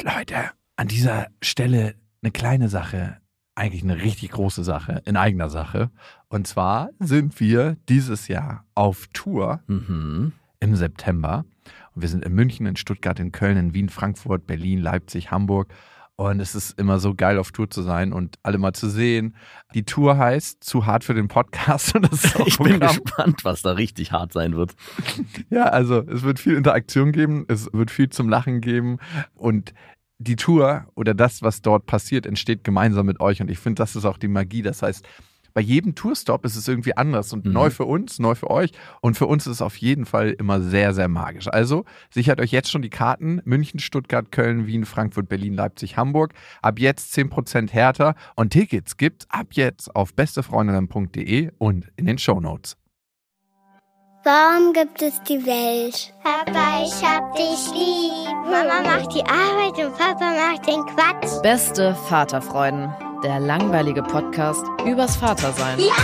Leute, an dieser Stelle eine kleine Sache, eigentlich eine richtig große Sache, in eigener Sache. Und zwar sind wir dieses Jahr auf Tour im September. Und wir sind in München, in Stuttgart, in Köln, in Wien, Frankfurt, Berlin, Leipzig, Hamburg. Und es ist immer so geil, auf Tour zu sein und alle mal zu sehen. Die Tour heißt Zu hart für den Podcast. Und das ist auch ich bin gespannt, was da richtig hart sein wird. Ja, also es wird viel Interaktion geben, es wird viel zum Lachen geben und die Tour oder das, was dort passiert, entsteht gemeinsam mit euch und ich finde, das ist auch die Magie. Das heißt, bei jedem Tourstop ist es irgendwie anders und neu für uns, neu für euch und für uns ist es auf jeden Fall immer sehr, sehr magisch. Also sichert euch jetzt schon die Karten: München, Stuttgart, Köln, Wien, Frankfurt, Berlin, Leipzig, Hamburg. Ab jetzt 10% härter und Tickets gibt's ab jetzt auf bestefreundinnen.de und in den Shownotes. Warum gibt es die Welt? Papa, ich hab dich lieb. Mama macht die Arbeit und Papa macht den Quatsch. Beste Vaterfreuden. Der langweilige Podcast übers Vatersein. Ja!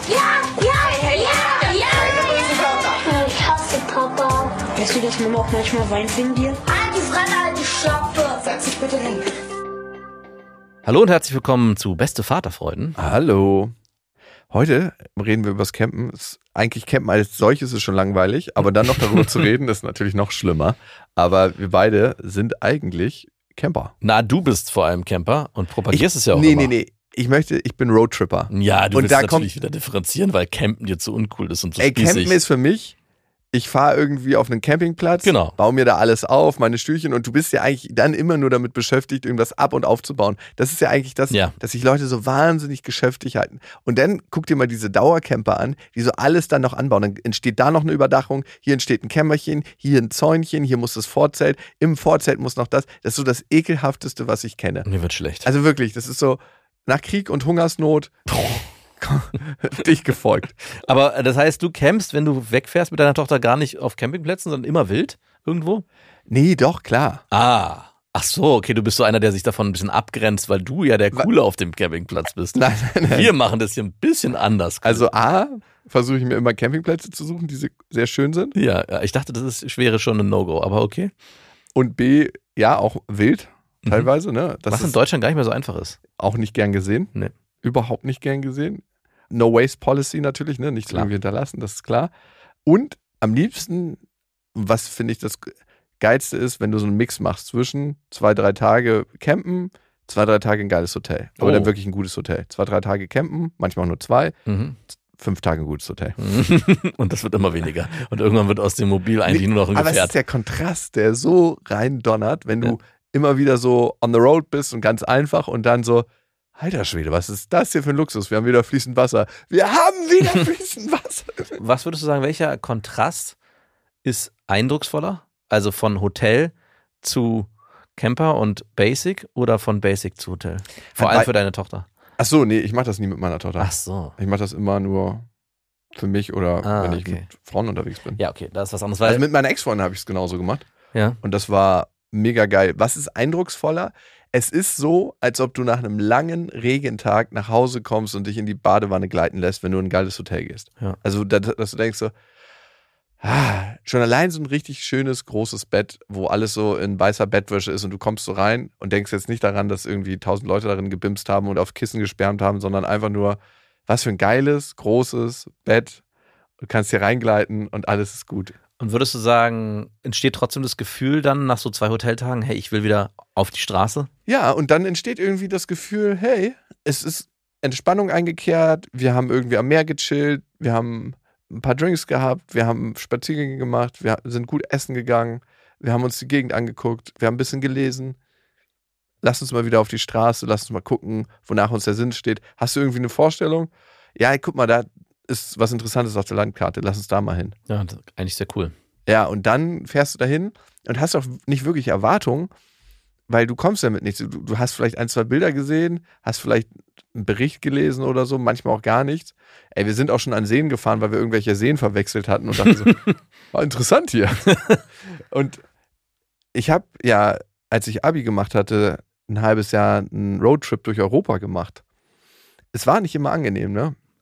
Ich hasse Papa. Weißt du, dass Mama auch manchmal weint wegen dir? Halt die Fremde, halt die Schöpfe. Setz dich bitte hin. Hallo und herzlich willkommen zu Beste Vaterfreuden. Hallo. Heute reden wir über das Campen. Eigentlich Campen als solches ist schon langweilig, aber dann noch darüber zu reden, ist natürlich noch schlimmer. Aber wir beide sind eigentlich Camper. Na, du bist vor allem Camper und propagierst es ja auch immer. Nee. Ich bin Roadtripper. Ja, du und willst da natürlich wieder differenzieren, weil Campen dir zu uncool ist und so Campen spießig. ist für mich, ich fahre irgendwie auf einen Campingplatz, Genau. baue mir da alles auf, meine Stühlchen und du bist ja eigentlich dann immer nur damit beschäftigt, irgendwas ab- und aufzubauen. Das ist ja eigentlich das, dass sich Leute so wahnsinnig geschäftig halten. Und dann guck dir mal diese Dauercamper an, die so alles dann noch anbauen. Dann entsteht da noch eine Überdachung, hier entsteht ein Kämmerchen, hier ein Zäunchen, hier muss das Vorzelt, im Vorzelt muss noch das. Das ist so das Ekelhafteste, was ich kenne. Mir wird schlecht. Also wirklich, das ist so nach Krieg und Hungersnot dich gefolgt. Aber das heißt, du campst, wenn du wegfährst mit deiner Tochter, gar nicht auf Campingplätzen, sondern immer wild irgendwo? Nee, doch, klar. Ach so, okay, du bist so einer, der sich davon ein bisschen abgrenzt, weil du ja der Coole auf dem Campingplatz bist. Nein. Wir machen das hier ein bisschen anders. Also versuche ich mir immer Campingplätze zu suchen, die sehr schön sind. Ja, ich dachte, wäre schon ein No-Go, aber okay. Und B, ja, auch wild teilweise. Ne? Was in Deutschland gar nicht mehr so einfach ist. Auch nicht gern gesehen. Nee. Überhaupt nicht gern gesehen. No Waste Policy natürlich, ne? Nichts irgendwie hinterlassen, das ist klar. Und am liebsten, was finde ich das Geilste ist, wenn du so einen Mix machst zwischen 2-3 Tage campen, 2-3 Tage ein geiles Hotel. Aber dann wirklich ein gutes Hotel. 2-3 Tage campen, manchmal auch nur 2. 5 Tage ein gutes Hotel. Und das wird immer weniger. Und irgendwann wird aus dem Mobil eigentlich nur noch ein Gefährt. Aber es ist der Kontrast, der so rein donnert, wenn du immer wieder so on the road bist und ganz einfach und dann so, alter Schwede, was ist das hier für ein Luxus? Wir haben wieder fließend Wasser. Wir haben wieder fließend Wasser. Was würdest du sagen, welcher Kontrast ist eindrucksvoller? Also von Hotel zu Camper und Basic oder von Basic zu Hotel? Vor allem für deine Tochter. Ach so, nee, ich mache das nie mit meiner Tochter. Ach so. Ich mache das immer nur für mich oder wenn ich mit Frauen unterwegs bin. Ja, okay, das ist was anderes. Also mit meiner Ex-Freundin habe ich es genauso gemacht. Ja. Und das war mega geil. Was ist eindrucksvoller? Es ist so, als ob du nach einem langen Regentag nach Hause kommst und dich in die Badewanne gleiten lässt, wenn du in ein geiles Hotel gehst. Ja. Also, dass du denkst so, schon allein so ein richtig schönes, großes Bett, wo alles so in weißer Bettwäsche ist und du kommst so rein und denkst jetzt nicht daran, dass irgendwie 1000 Leute darin gebimst haben und auf Kissen gesperrt haben, sondern einfach nur, was für ein geiles, großes Bett. Du kannst hier reingleiten und alles ist gut. Und würdest du sagen, entsteht trotzdem das Gefühl dann nach so 2 Hoteltagen, hey, ich will wieder auf die Straße? Ja, und dann entsteht irgendwie das Gefühl, hey, es ist Entspannung eingekehrt, wir haben irgendwie am Meer gechillt, wir haben ein paar Drinks gehabt, wir haben Spaziergänge gemacht, wir sind gut essen gegangen, wir haben uns die Gegend angeguckt, wir haben ein bisschen gelesen. Lass uns mal wieder auf die Straße, lass uns mal gucken, wonach uns der Sinn steht. Hast du irgendwie eine Vorstellung? Ja, guck mal, da ist was Interessantes auf der Landkarte, lass uns da mal hin. Ja, das ist eigentlich sehr cool. Ja, und dann fährst du dahin und hast auch nicht wirklich Erwartungen, weil du kommst damit nichts. Du hast vielleicht 1-2 Bilder gesehen, hast vielleicht einen Bericht gelesen oder so, manchmal auch gar nichts. Ey, wir sind auch schon an Seen gefahren, weil wir irgendwelche Seen verwechselt hatten und dachten so, war interessant hier. Und ich habe ja, als ich Abi gemacht hatte, ein halbes Jahr einen Roadtrip durch Europa gemacht. Es war nicht immer angenehm, ne?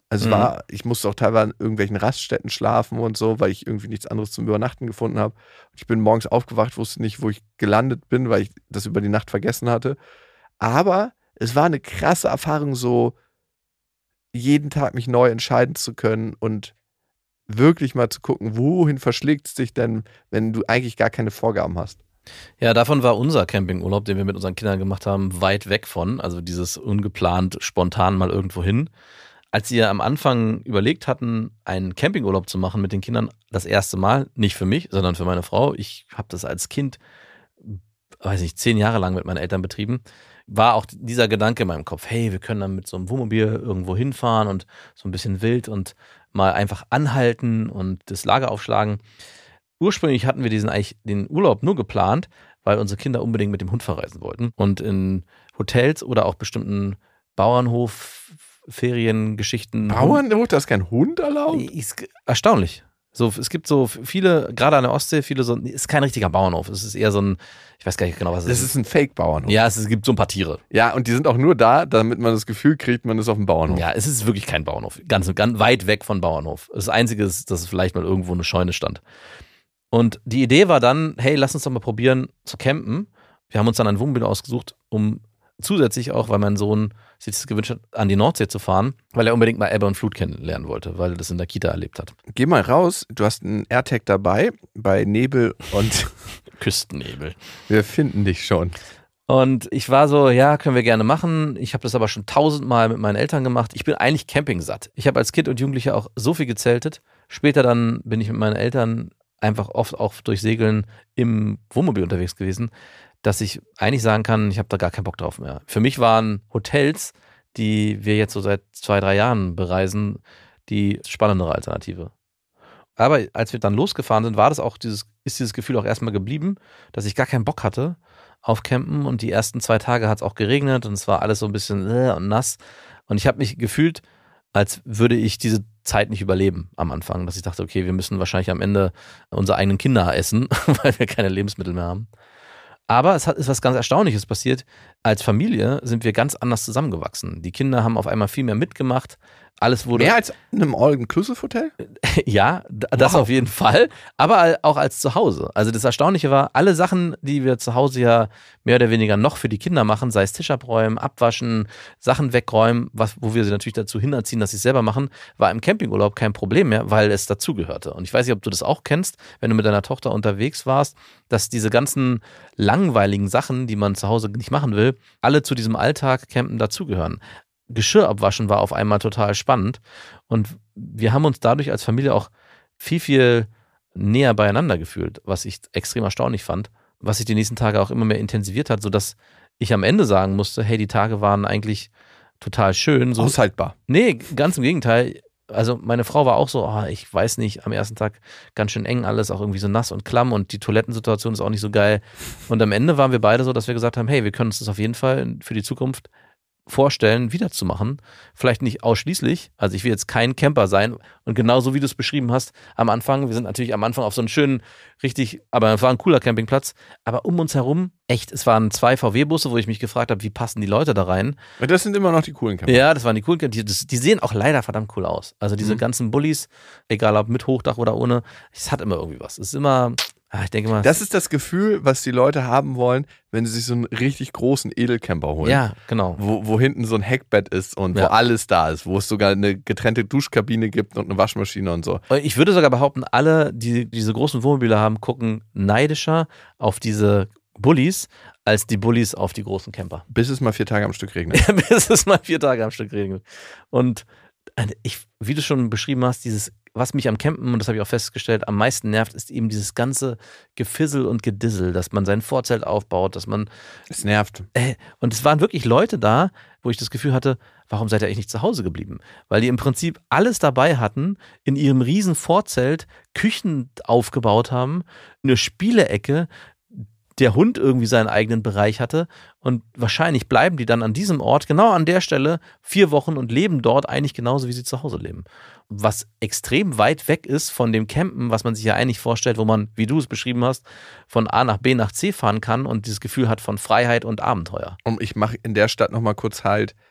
Also ich musste auch teilweise an irgendwelchen Raststätten schlafen und so, weil ich irgendwie nichts anderes zum Übernachten gefunden habe. Ich bin morgens aufgewacht, wusste nicht, wo ich gelandet bin, weil ich das über die Nacht vergessen hatte. Aber es war eine krasse Erfahrung, so jeden Tag mich neu entscheiden zu können und wirklich mal zu gucken, wohin verschlägt es dich denn, wenn du eigentlich gar keine Vorgaben hast. Ja, davon war unser Campingurlaub, den wir mit unseren Kindern gemacht haben, weit weg von. Also dieses ungeplant, spontan mal irgendwo hin. Als wir am Anfang überlegt hatten, einen Campingurlaub zu machen mit den Kindern, das erste Mal, nicht für mich, sondern für meine Frau. Ich habe das als Kind, 10 Jahre lang mit meinen Eltern betrieben, war auch dieser Gedanke in meinem Kopf, hey, wir können dann mit so einem Wohnmobil irgendwo hinfahren und so ein bisschen wild und mal einfach anhalten und das Lager aufschlagen. Ursprünglich hatten wir den Urlaub nur geplant, weil unsere Kinder unbedingt mit dem Hund verreisen wollten. Und in Hotels oder auch bestimmten Feriengeschichten. Bauernhof, da ist kein Hund erlaubt? Ist erstaunlich. So, es gibt so viele, gerade an der Ostsee, ist kein richtiger Bauernhof. Es ist eher so ein, ich weiß gar nicht genau, was es ist. Das ist ein Fake-Bauernhof. Ja, es gibt so ein paar Tiere. Ja, und die sind auch nur da, damit man das Gefühl kriegt, man ist auf dem Bauernhof. Ja, es ist wirklich kein Bauernhof. Ganz weit weg von Bauernhof. Das Einzige ist, dass es vielleicht mal irgendwo eine Scheune stand. Und die Idee war dann, hey, lass uns doch mal probieren zu campen. Wir haben uns dann ein Wohnmobil ausgesucht, um zusätzlich auch, weil mein Sohn sich das gewünscht hat, an die Nordsee zu fahren, weil er unbedingt mal Ebbe und Flut kennenlernen wollte, weil er das in der Kita erlebt hat. Geh mal raus, du hast einen AirTag dabei, bei Nebel und Küstennebel. Wir finden dich schon. Und ich war so, ja, können wir gerne machen. Ich habe das aber schon 1000-mal mit meinen Eltern gemacht. Ich bin eigentlich campingsatt. Ich habe als Kind und Jugendlicher auch so viel gezeltet. Später dann bin ich mit meinen Eltern einfach oft auch durch Segeln im Wohnmobil unterwegs gewesen, dass ich eigentlich sagen kann, ich habe da gar keinen Bock drauf mehr. Für mich waren Hotels, die wir jetzt so seit 2-3 Jahren bereisen, die spannendere Alternative. Aber als wir dann losgefahren sind, ist dieses Gefühl auch erstmal geblieben, dass ich gar keinen Bock hatte auf Campen, und die ersten 2 Tage hat es auch geregnet und es war alles so ein bisschen und nass, und ich habe mich gefühlt, als würde ich diese Zeit nicht überleben am Anfang, dass ich dachte, okay, wir müssen wahrscheinlich am Ende unsere eigenen Kinder essen, weil wir keine Lebensmittel mehr haben. Aber ist was ganz Erstaunliches passiert. Als Familie sind wir ganz anders zusammengewachsen. Die Kinder haben auf einmal viel mehr mitgemacht. Alles wurde. Mehr als in einem All-Inclusive-Hotel? Ja, das auf jeden Fall. Aber auch als zu Hause. Also das Erstaunliche war, alle Sachen, die wir zu Hause ja mehr oder weniger noch für die Kinder machen, sei es Tisch abräumen, abwaschen, Sachen wegräumen, wo wir sie natürlich dazu hinerziehen, dass sie es selber machen, war im Campingurlaub kein Problem mehr, weil es dazugehörte. Und ich weiß nicht, ob du das auch kennst, wenn du mit deiner Tochter unterwegs warst, dass diese ganzen langweiligen Sachen, die man zu Hause nicht machen will, alle zu diesem Alltag Campen dazugehören. Geschirr abwaschen war auf einmal total spannend, und wir haben uns dadurch als Familie auch viel, viel näher beieinander gefühlt, was ich extrem erstaunlich fand, was sich die nächsten Tage auch immer mehr intensiviert hat, sodass ich am Ende sagen musste, hey, die Tage waren eigentlich total schön. So, aushaltbar. Nee, ganz im Gegenteil. Also meine Frau war auch so, ich weiß nicht, am ersten Tag ganz schön eng alles, auch irgendwie so nass und klamm, und die Toilettensituation ist auch nicht so geil. Und am Ende waren wir beide so, dass wir gesagt haben, hey, wir können uns das auf jeden Fall für die Zukunft vorstellen, wiederzumachen. Vielleicht nicht ausschließlich. Also ich will jetzt kein Camper sein. Und genauso wie du es beschrieben hast, wir sind natürlich am Anfang auf so einen schönen, aber es war ein cooler Campingplatz. Aber um uns herum, echt, es waren 2 VW-Busse, wo ich mich gefragt habe, wie passen die Leute da rein? Das sind immer noch die coolen Camper. Ja, das waren die coolen Camper. Die sehen auch leider verdammt cool aus. Also diese ganzen Bullis, egal ob mit Hochdach oder ohne, es hat immer irgendwie was. Es ist immer... ich denke mal, das ist das Gefühl, was die Leute haben wollen, wenn sie sich so einen richtig großen Edelcamper holen. Ja, genau. Wo hinten so ein Heckbett ist und wo alles da ist, wo es sogar eine getrennte Duschkabine gibt und eine Waschmaschine und so. Ich würde sogar behaupten, alle, die diese großen Wohnmobile haben, gucken neidischer auf diese Bullis als die Bullis auf die großen Camper. Bis es mal 4 Tage am Stück regnet. Bis es mal 4 Tage am Stück regnet. Und wie du schon beschrieben hast, was mich am Campen, und das habe ich auch festgestellt, am meisten nervt, ist eben dieses ganze Gefissel und Gedissel, dass man sein Vorzelt aufbaut, dass man... Es nervt. Und es waren wirklich Leute da, wo ich das Gefühl hatte, warum seid ihr eigentlich nicht zu Hause geblieben? Weil die im Prinzip alles dabei hatten, in ihrem riesen Vorzelt Küchen aufgebaut haben, eine Spielecke, der Hund irgendwie seinen eigenen Bereich hatte, und wahrscheinlich bleiben die dann an diesem Ort, genau an der Stelle, 4 Wochen und leben dort eigentlich genauso, wie sie zu Hause leben. Was extrem weit weg ist von dem Campen, was man sich ja eigentlich vorstellt, wo man, wie du es beschrieben hast, von A nach B nach C fahren kann und dieses Gefühl hat von Freiheit und Abenteuer. Und ich mache in der Stadt nochmal kurz Halt,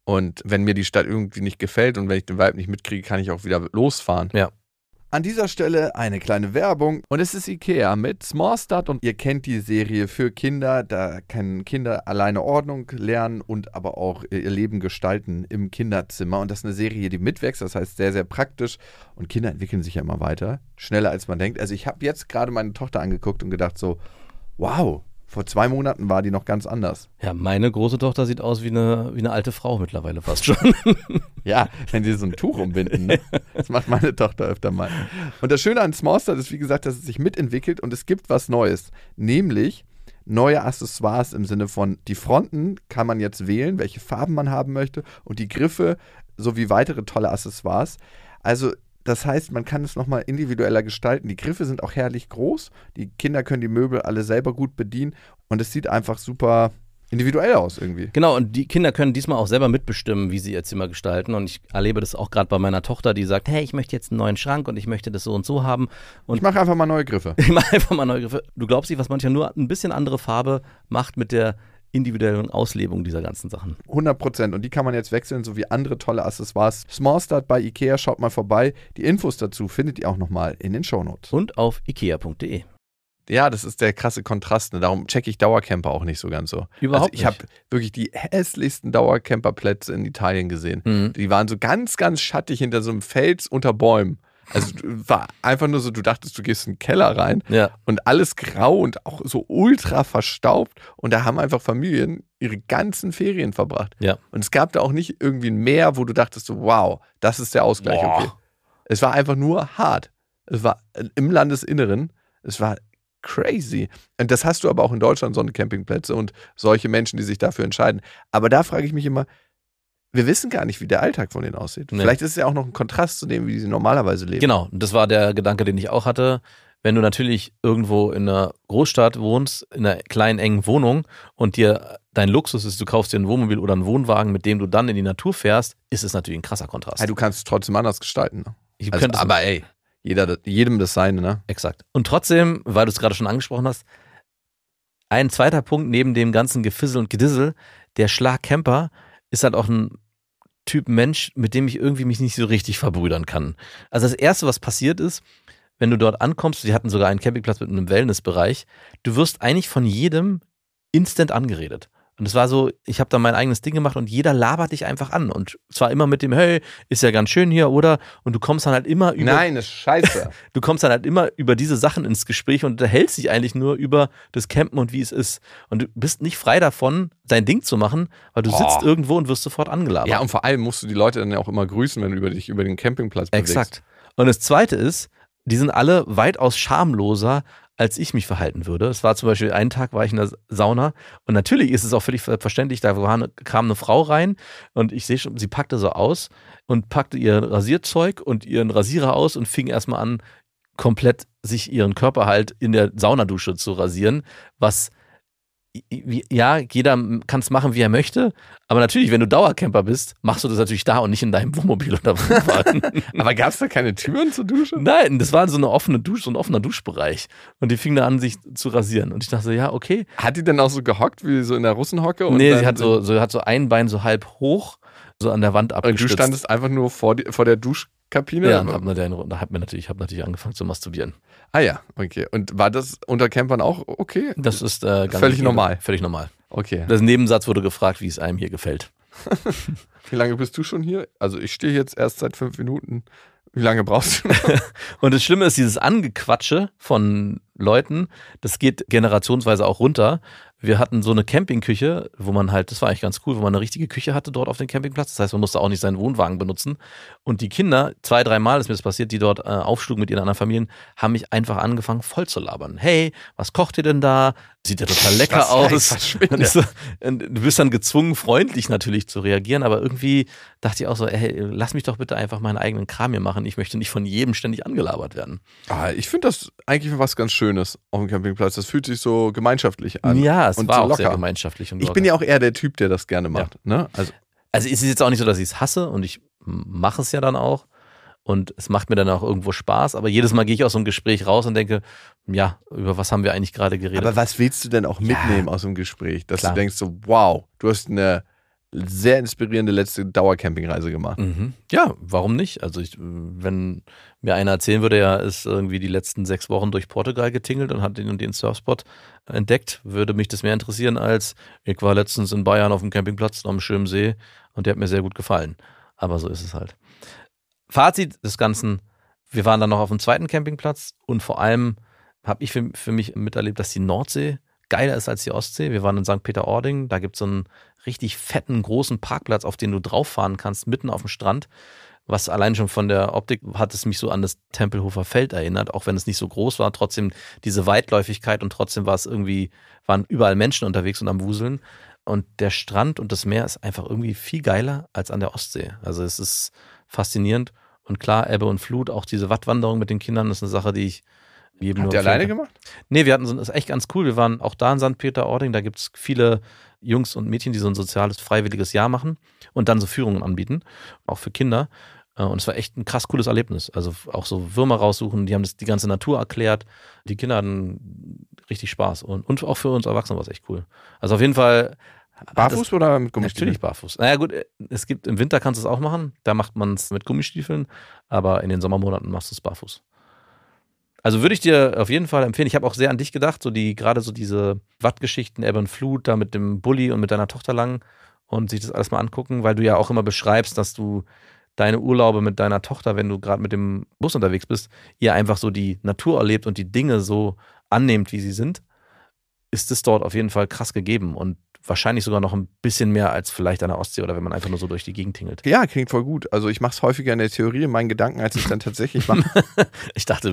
Und wenn mir die Stadt irgendwie nicht gefällt und wenn ich den Vibe nicht mitkriege, kann ich auch wieder losfahren. Ja. An dieser Stelle eine kleine Werbung und es ist Ikea mit Small Start und ihr kennt die Serie für Kinder, da können Kinder alleine Ordnung lernen und aber auch ihr Leben gestalten im Kinderzimmer und das ist eine Serie, die mitwächst, das heißt sehr, sehr praktisch und Kinder entwickeln sich ja immer weiter, schneller als man denkt. Also ich habe jetzt gerade meine Tochter angeguckt und gedacht so, wow, vor 2 Monaten war die noch ganz anders. Ja, meine große Tochter sieht aus wie eine alte Frau mittlerweile fast schon. Ja, wenn sie so ein Tuch umbinden, ne? Das macht meine Tochter öfter mal. Und das Schöne an Small Start ist, wie gesagt, dass es sich mitentwickelt und es gibt was Neues. Nämlich neue Accessoires im Sinne von, die Fronten kann man jetzt wählen, welche Farben man haben möchte und die Griffe sowie weitere tolle Accessoires. Also das heißt, man kann es nochmal individueller gestalten. Die Griffe sind auch herrlich groß. Die Kinder können die Möbel alle selber gut bedienen und es sieht einfach super individuell aus irgendwie. Genau, und die Kinder können diesmal auch selber mitbestimmen, wie sie ihr Zimmer gestalten. Und ich erlebe das auch gerade bei meiner Tochter, die sagt, hey, ich möchte jetzt einen neuen Schrank und ich möchte das so und so haben. Und ich mache einfach mal neue Griffe. Ich mache einfach mal neue Griffe. Du glaubst nicht, was manchmal nur ein bisschen andere Farbe macht mit der individuellen Auslebung dieser ganzen Sachen. 100%. Und die kann man jetzt wechseln, sowie andere tolle Accessoires. Small Start bei Ikea, schaut mal vorbei. Die Infos dazu findet ihr auch nochmal in den Shownotes. Und auf ikea.de. Ja, das ist der krasse Kontrast. Ne? Darum checke ich Dauercamper auch nicht so ganz so. Überhaupt ich habe wirklich die hässlichsten Dauercamperplätze in Italien gesehen. Mhm. Die waren so ganz, ganz schattig hinter so einem Fels unter Bäumen. Also war einfach nur so, du dachtest, du gehst in den Keller rein und alles grau und auch so ultra verstaubt und da haben einfach Familien ihre ganzen Ferien verbracht. Ja. Und es gab da auch nicht irgendwie ein Meer, wo du dachtest so, wow, das ist der Ausgleich. Boah. Okay. Es war einfach nur hart. Es war im Landesinneren, es war crazy. Und das hast du aber auch in Deutschland, so eine Campingplätze und solche Menschen, die sich dafür entscheiden. Aber da frage ich mich immer, wir wissen gar nicht, wie der Alltag von denen aussieht. Nee. Vielleicht ist es ja auch noch ein Kontrast zu dem, wie sie normalerweise leben. Genau, das war der Gedanke, den ich auch hatte. Wenn du natürlich irgendwo in einer Großstadt wohnst, in einer kleinen, engen Wohnung und dir dein Luxus ist, du kaufst dir ein Wohnmobil oder einen Wohnwagen, mit dem du dann in die Natur fährst, ist es natürlich ein krasser Kontrast. Ja, du kannst es trotzdem anders gestalten. Ne? Also, aber ey, jedem das Seine, ne? Exakt. Und trotzdem, weil du es gerade schon angesprochen hast, ein zweiter Punkt neben dem ganzen Gefissel und Gedissel, der Schlag Camper ist halt auch ein Typ Mensch, mit dem ich irgendwie mich nicht so richtig verbrüdern kann. Also das Erste, was passiert ist, wenn du dort ankommst, die hatten sogar einen Campingplatz mit einem Wellnessbereich, du wirst eigentlich von jedem instant angeredet. Und es war so, ich habe da mein eigenes Ding gemacht und jeder labert dich einfach an. Und zwar immer mit dem, hey, ist ja ganz schön hier, oder? Und du kommst dann halt immer über... Nein, das ist scheiße. Du kommst dann halt immer über diese Sachen ins Gespräch und unterhältst dich eigentlich nur über das Campen und wie es ist. Und du bist nicht frei davon, dein Ding zu machen, weil du sitzt irgendwo und wirst sofort angelabert. Ja, und vor allem musst du die Leute dann ja auch immer grüßen, wenn du dich über den Campingplatz bewegst. Exakt. Und das Zweite ist, die sind alle weitaus schamloser, als ich mich verhalten würde. Es war zum Beispiel, einen Tag war ich in der Sauna und natürlich ist es auch völlig verständlich, da kam eine Frau rein und ich sehe schon, sie packte so aus und packte ihr Rasierzeug und ihren Rasierer aus und fing erstmal an, komplett sich ihren Körper halt in der Saunadusche zu rasieren, was ja, jeder kann es machen, wie er möchte, aber natürlich, wenn du Dauercamper bist, machst du das natürlich da und nicht in deinem Wohnmobil oder Wohnwagen. Aber gab es da keine Türen zur Dusche? Nein, das war so eine offene Dusche, so ein offener Duschbereich und die fing da an, sich zu rasieren und ich dachte so, ja, okay. Hat die denn auch so gehockt, wie so in der Russenhocke? Und nee, sie hat so ein Bein so halb hoch, so an der Wand abgestützt. Und du standest einfach nur vor der Duschkabine? Ja, und hab natürlich angefangen zu masturbieren. Ah ja, okay. Und war das unter Campern auch okay? Das ist völlig normal. Völlig normal. Okay. Das Nebensatz wurde gefragt, wie es einem hier gefällt. Wie lange bist du schon hier? Also ich stehe jetzt erst seit 5 Minuten. Wie lange brauchst du noch? Und das Schlimme ist, dieses Angequatsche von Leuten, das geht generationsweise auch runter. Wir hatten so eine Campingküche, wo man halt, das war eigentlich ganz cool, wo man eine richtige Küche hatte dort auf dem Campingplatz. Das heißt, man musste auch nicht seinen Wohnwagen benutzen. Und die Kinder, 2-3 Mal ist mir das passiert, die dort aufschlugen mit ihren anderen Familien, haben mich einfach angefangen voll zu labern. Hey, was kocht ihr denn da? Sieht ja total lecker aus. Und du bist dann gezwungen, freundlich natürlich zu reagieren, aber irgendwie dachte ich auch so, ey, lass mich doch bitte einfach meinen eigenen Kram hier machen. Ich möchte nicht von jedem ständig angelabert werden. Ich finde das eigentlich was ganz Schönes auf dem Campingplatz. Das fühlt sich so gemeinschaftlich an. Ja, es und war so auch locker. sehr gemeinschaftlich. Und ich bin ja auch eher der Typ, der das gerne macht. Ja. Ne? Also es ist jetzt auch nicht so, dass ich es hasse und ich mache es ja dann auch und es macht mir dann auch irgendwo Spaß, aber jedes Mal gehe ich aus so einem Gespräch raus und denke, ja, über was haben wir eigentlich gerade geredet? Aber was willst du denn auch mitnehmen aus dem Gespräch? Dass du denkst so, wow, du hast eine sehr inspirierende letzte Dauercampingreise gemacht. Mhm. Ja, warum nicht? Also wenn mir einer erzählen würde, er ist irgendwie die letzten 6 Wochen durch Portugal getingelt und hat den und den Surfspot entdeckt, würde mich das mehr interessieren als, ich war letztens in Bayern auf dem Campingplatz am schönen See und der hat mir sehr gut gefallen. Aber so ist es halt. Fazit des Ganzen, wir waren dann noch auf dem zweiten Campingplatz und vor allem habe ich für mich miterlebt, dass die Nordsee geiler ist als die Ostsee. Wir waren in St. Peter-Ording, da gibt es so einen richtig fetten, großen Parkplatz, auf den du drauf fahren kannst, mitten auf dem Strand. Was allein schon von der Optik hat es mich so an das Tempelhofer Feld erinnert, auch wenn es nicht so groß war, trotzdem diese Weitläufigkeit und trotzdem waren überall Menschen unterwegs und am Wuseln. Und der Strand und das Meer ist einfach irgendwie viel geiler als an der Ostsee. Also es ist faszinierend und klar, Ebbe und Flut, auch diese Wattwanderung mit den Kindern ist eine Sache, die ich jedem Habt ihr alleine gemacht? Nee, das ist echt ganz cool. Wir waren auch da in St. Peter-Ording. Da gibt es viele Jungs und Mädchen, die so ein soziales, freiwilliges Jahr machen und dann so Führungen anbieten, auch für Kinder. Und es war echt ein krass cooles Erlebnis. Also auch so Würmer raussuchen, die haben die ganze Natur erklärt. Die Kinder hatten richtig Spaß. Und auch für uns Erwachsene war es echt cool. Also auf jeden Fall. Barfuß oder mit Gummistiefeln? Natürlich barfuß. Naja gut, im Winter kannst du es auch machen. Da macht man es mit Gummistiefeln. Aber in den Sommermonaten machst du es barfuß. Also würde ich dir auf jeden Fall empfehlen. Ich habe auch sehr an dich gedacht, gerade so diese Wattgeschichten, Ebbe und Flut, da mit dem Bulli und mit deiner Tochter lang und sich das alles mal angucken, weil du ja auch immer beschreibst, dass du deine Urlaube mit deiner Tochter, wenn du gerade mit dem Bus unterwegs bist, ihr einfach so die Natur erlebt und die Dinge so annehmt, wie sie sind, ist es dort auf jeden Fall krass gegeben und wahrscheinlich sogar noch ein bisschen mehr als vielleicht an der Ostsee oder wenn man einfach nur so durch die Gegend tingelt. Ja, klingt voll gut. Also ich mache es häufiger in der Theorie in meinen Gedanken, als ich es dann tatsächlich mache. Ich dachte,